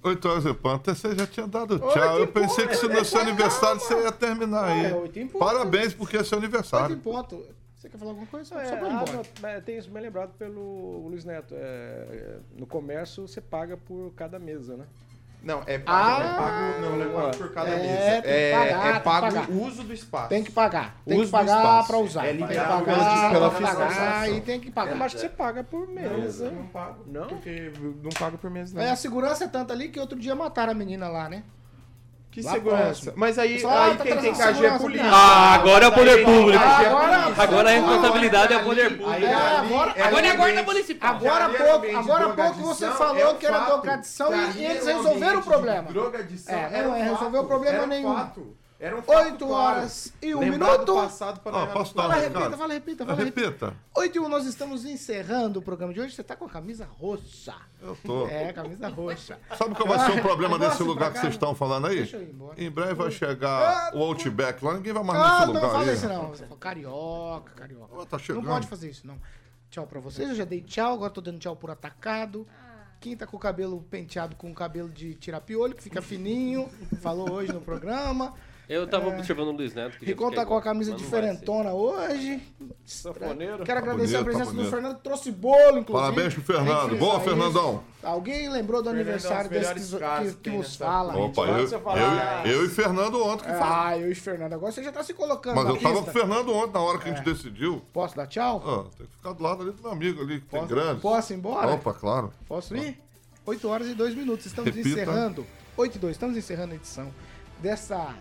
Speaker 5: oito horas e ponto. Você já tinha dado
Speaker 2: Oito
Speaker 5: tchau. Eu
Speaker 2: em
Speaker 5: pensei
Speaker 2: ponto.
Speaker 5: que se no seu aniversário você ia terminar aí.
Speaker 2: É, oito em ponto.
Speaker 5: Parabéns, porque é seu
Speaker 2: Oito
Speaker 5: aniversário.
Speaker 2: em ponto. Você quer falar alguma coisa? Só,
Speaker 13: É,
Speaker 2: só pra ir
Speaker 13: ah,
Speaker 2: embora.
Speaker 13: não, é, tem isso bem lembrado pelo Luiz Neto. É, é, no comércio você paga por cada mesa, né?
Speaker 10: Não, é pago,
Speaker 2: Ah,
Speaker 10: é pago, não, não é pago por cada
Speaker 2: é,
Speaker 10: mesa.
Speaker 2: tem que
Speaker 10: É,
Speaker 2: pagar,
Speaker 10: é
Speaker 2: tem que
Speaker 10: pago
Speaker 2: pagar.
Speaker 10: o uso do espaço.
Speaker 2: Tem que pagar. Tem
Speaker 10: Uso
Speaker 2: que
Speaker 10: do
Speaker 2: pagar
Speaker 10: espaço.
Speaker 2: pra usar.
Speaker 10: É
Speaker 2: Tem que
Speaker 10: liberado
Speaker 2: pagar
Speaker 10: pela, pela
Speaker 2: pra pagar
Speaker 10: fiscalização.
Speaker 2: e tem que pagar.
Speaker 13: Eu acho que você paga por mesa.
Speaker 10: Não pago.
Speaker 13: Não?
Speaker 10: Porque não pago por mês, não.
Speaker 2: É, a segurança é tanta ali que outro dia mataram a menina lá, né?
Speaker 10: Que
Speaker 2: Lá
Speaker 10: segurança?
Speaker 2: próximo.
Speaker 10: Mas aí,
Speaker 2: Pessoal, ah,
Speaker 10: aí
Speaker 2: tá
Speaker 10: quem tem
Speaker 2: trazendo
Speaker 10: que agir é
Speaker 2: segurança,
Speaker 10: polícia.
Speaker 2: cara.
Speaker 4: Ah, agora é o poder
Speaker 10: Aí quem
Speaker 4: público.
Speaker 10: tem que agir é
Speaker 2: Agora-
Speaker 10: polícia.
Speaker 4: Agora a responsabilidade é o
Speaker 10: ali-
Speaker 4: poder público.
Speaker 10: aí
Speaker 2: É,
Speaker 10: ali
Speaker 2: agora-
Speaker 10: é
Speaker 2: agora é
Speaker 10: ambiente-
Speaker 2: guarda municipal. Agora há
Speaker 10: ali é
Speaker 2: pouco-
Speaker 10: ambiente de
Speaker 2: agora há pouco
Speaker 10: drogadição,
Speaker 2: você falou
Speaker 10: é um
Speaker 2: que era
Speaker 10: fato.
Speaker 2: drogadição
Speaker 10: Que
Speaker 2: e
Speaker 10: ali
Speaker 2: eles
Speaker 10: era um
Speaker 2: resolveram o
Speaker 10: ambiente de
Speaker 2: problema.
Speaker 10: Drogadição,
Speaker 2: É,
Speaker 10: era
Speaker 2: não
Speaker 10: um
Speaker 2: é resolver
Speaker 10: fato,
Speaker 2: o problema
Speaker 10: era um
Speaker 2: nenhum.
Speaker 10: fato. Era um fato
Speaker 2: Oito
Speaker 10: claro.
Speaker 2: horas e um
Speaker 10: Lembrado
Speaker 2: minuto.
Speaker 10: passado para
Speaker 5: Ó,
Speaker 10: errar
Speaker 5: posso
Speaker 10: no
Speaker 5: dar um
Speaker 2: Fala,
Speaker 5: recado?
Speaker 2: repita, fala, repita, fala, repita.
Speaker 5: Repita.
Speaker 2: oito e um, nós estamos encerrando o programa de hoje. Você tá com a camisa roxa.
Speaker 5: Eu tô.
Speaker 2: É, camisa roxa.
Speaker 5: Sabe qual vai ser o problema
Speaker 2: Agora
Speaker 5: desse
Speaker 2: sim,
Speaker 5: lugar
Speaker 2: pra
Speaker 5: que
Speaker 2: cá,
Speaker 5: vocês estão falando aí?
Speaker 2: Deixa eu ir embora.
Speaker 5: Em breve vai chegar o Outback lá, ninguém vai mais
Speaker 2: Ah,
Speaker 5: nesse
Speaker 2: não
Speaker 5: lugar
Speaker 2: fala
Speaker 5: aí.
Speaker 2: isso não. Você fala, carioca, carioca.
Speaker 5: Ó, tá chegando.
Speaker 2: Não pode fazer isso, não. Tchau pra vocês. Eu já dei tchau, agora tô dando tchau por atacado. Quem tá com o cabelo penteado com o cabelo de tirar piolho, que fica fininho, falou hoje no programa.
Speaker 4: Eu tava
Speaker 2: É.
Speaker 4: observando o Luiz Neto. que
Speaker 2: Ricon
Speaker 4: já
Speaker 2: tá com a
Speaker 4: igual,
Speaker 2: camisa
Speaker 4: mas não vai ser.
Speaker 2: diferentona hoje.
Speaker 13: Sanfoneiro.
Speaker 2: Quero
Speaker 5: Tá
Speaker 2: agradecer
Speaker 5: bonito,
Speaker 2: a presença
Speaker 5: tá
Speaker 2: do
Speaker 5: bonito.
Speaker 2: Fernando, que trouxe bolo, inclusive.
Speaker 5: Parabéns pro Fernando.
Speaker 2: Tem que
Speaker 5: Boa,
Speaker 2: frisar
Speaker 5: Fernandão.
Speaker 2: isso. Alguém lembrou do
Speaker 10: Fernando é um
Speaker 2: aniversário
Speaker 10: dos
Speaker 2: desse
Speaker 10: melhores
Speaker 2: que,
Speaker 10: caras
Speaker 2: que,
Speaker 10: que
Speaker 2: que
Speaker 10: tem
Speaker 2: nos
Speaker 10: nessa
Speaker 2: fala?
Speaker 5: Opa,
Speaker 10: Quando
Speaker 5: eu,
Speaker 10: você falar-
Speaker 5: eu, eu e Fernando ontem que foi.
Speaker 2: Ah, eu e Fernando. Agora você já tá se colocando
Speaker 5: Mas
Speaker 2: na
Speaker 5: eu tava
Speaker 2: pista.
Speaker 5: com o Fernando ontem, na hora que a gente
Speaker 2: É.
Speaker 5: decidiu.
Speaker 2: Posso dar tchau?
Speaker 5: Ah, tem que ficar do lado ali do meu amigo ali, que tem
Speaker 2: Posso-
Speaker 5: grande.
Speaker 2: posso ir embora?
Speaker 5: Opa, claro.
Speaker 2: Posso ir? oito horas e dois minutos. Estamos
Speaker 5: Repita.
Speaker 2: encerrando. oito e dois. Estamos encerrando a edição dessa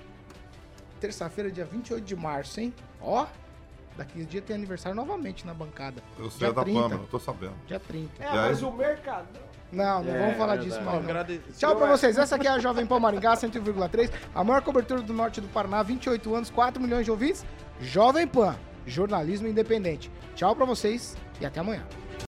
Speaker 2: terça-feira, dia vinte e oito de março, hein? Ó, daqui a dia tem aniversário novamente na bancada.
Speaker 5: Eu sei
Speaker 2: Dia
Speaker 5: é da
Speaker 2: trinta.
Speaker 5: Pâmela, tô sabendo.
Speaker 2: Dia trinta.
Speaker 13: É,
Speaker 5: E aí?
Speaker 13: mas o Mercadão.
Speaker 2: Não, não
Speaker 10: É,
Speaker 2: vamos falar
Speaker 10: é
Speaker 2: disso
Speaker 10: verdade.
Speaker 2: mais não.
Speaker 10: Agrade-
Speaker 2: Tchau pra
Speaker 10: Senhor,
Speaker 2: vocês. Essa aqui é a Jovem Pan Maringá, cento e um vírgula três. A maior cobertura do norte do Paraná, vinte e oito anos, quatro milhões de ouvintes. Jovem Pan, jornalismo independente. Tchau pra vocês e até amanhã.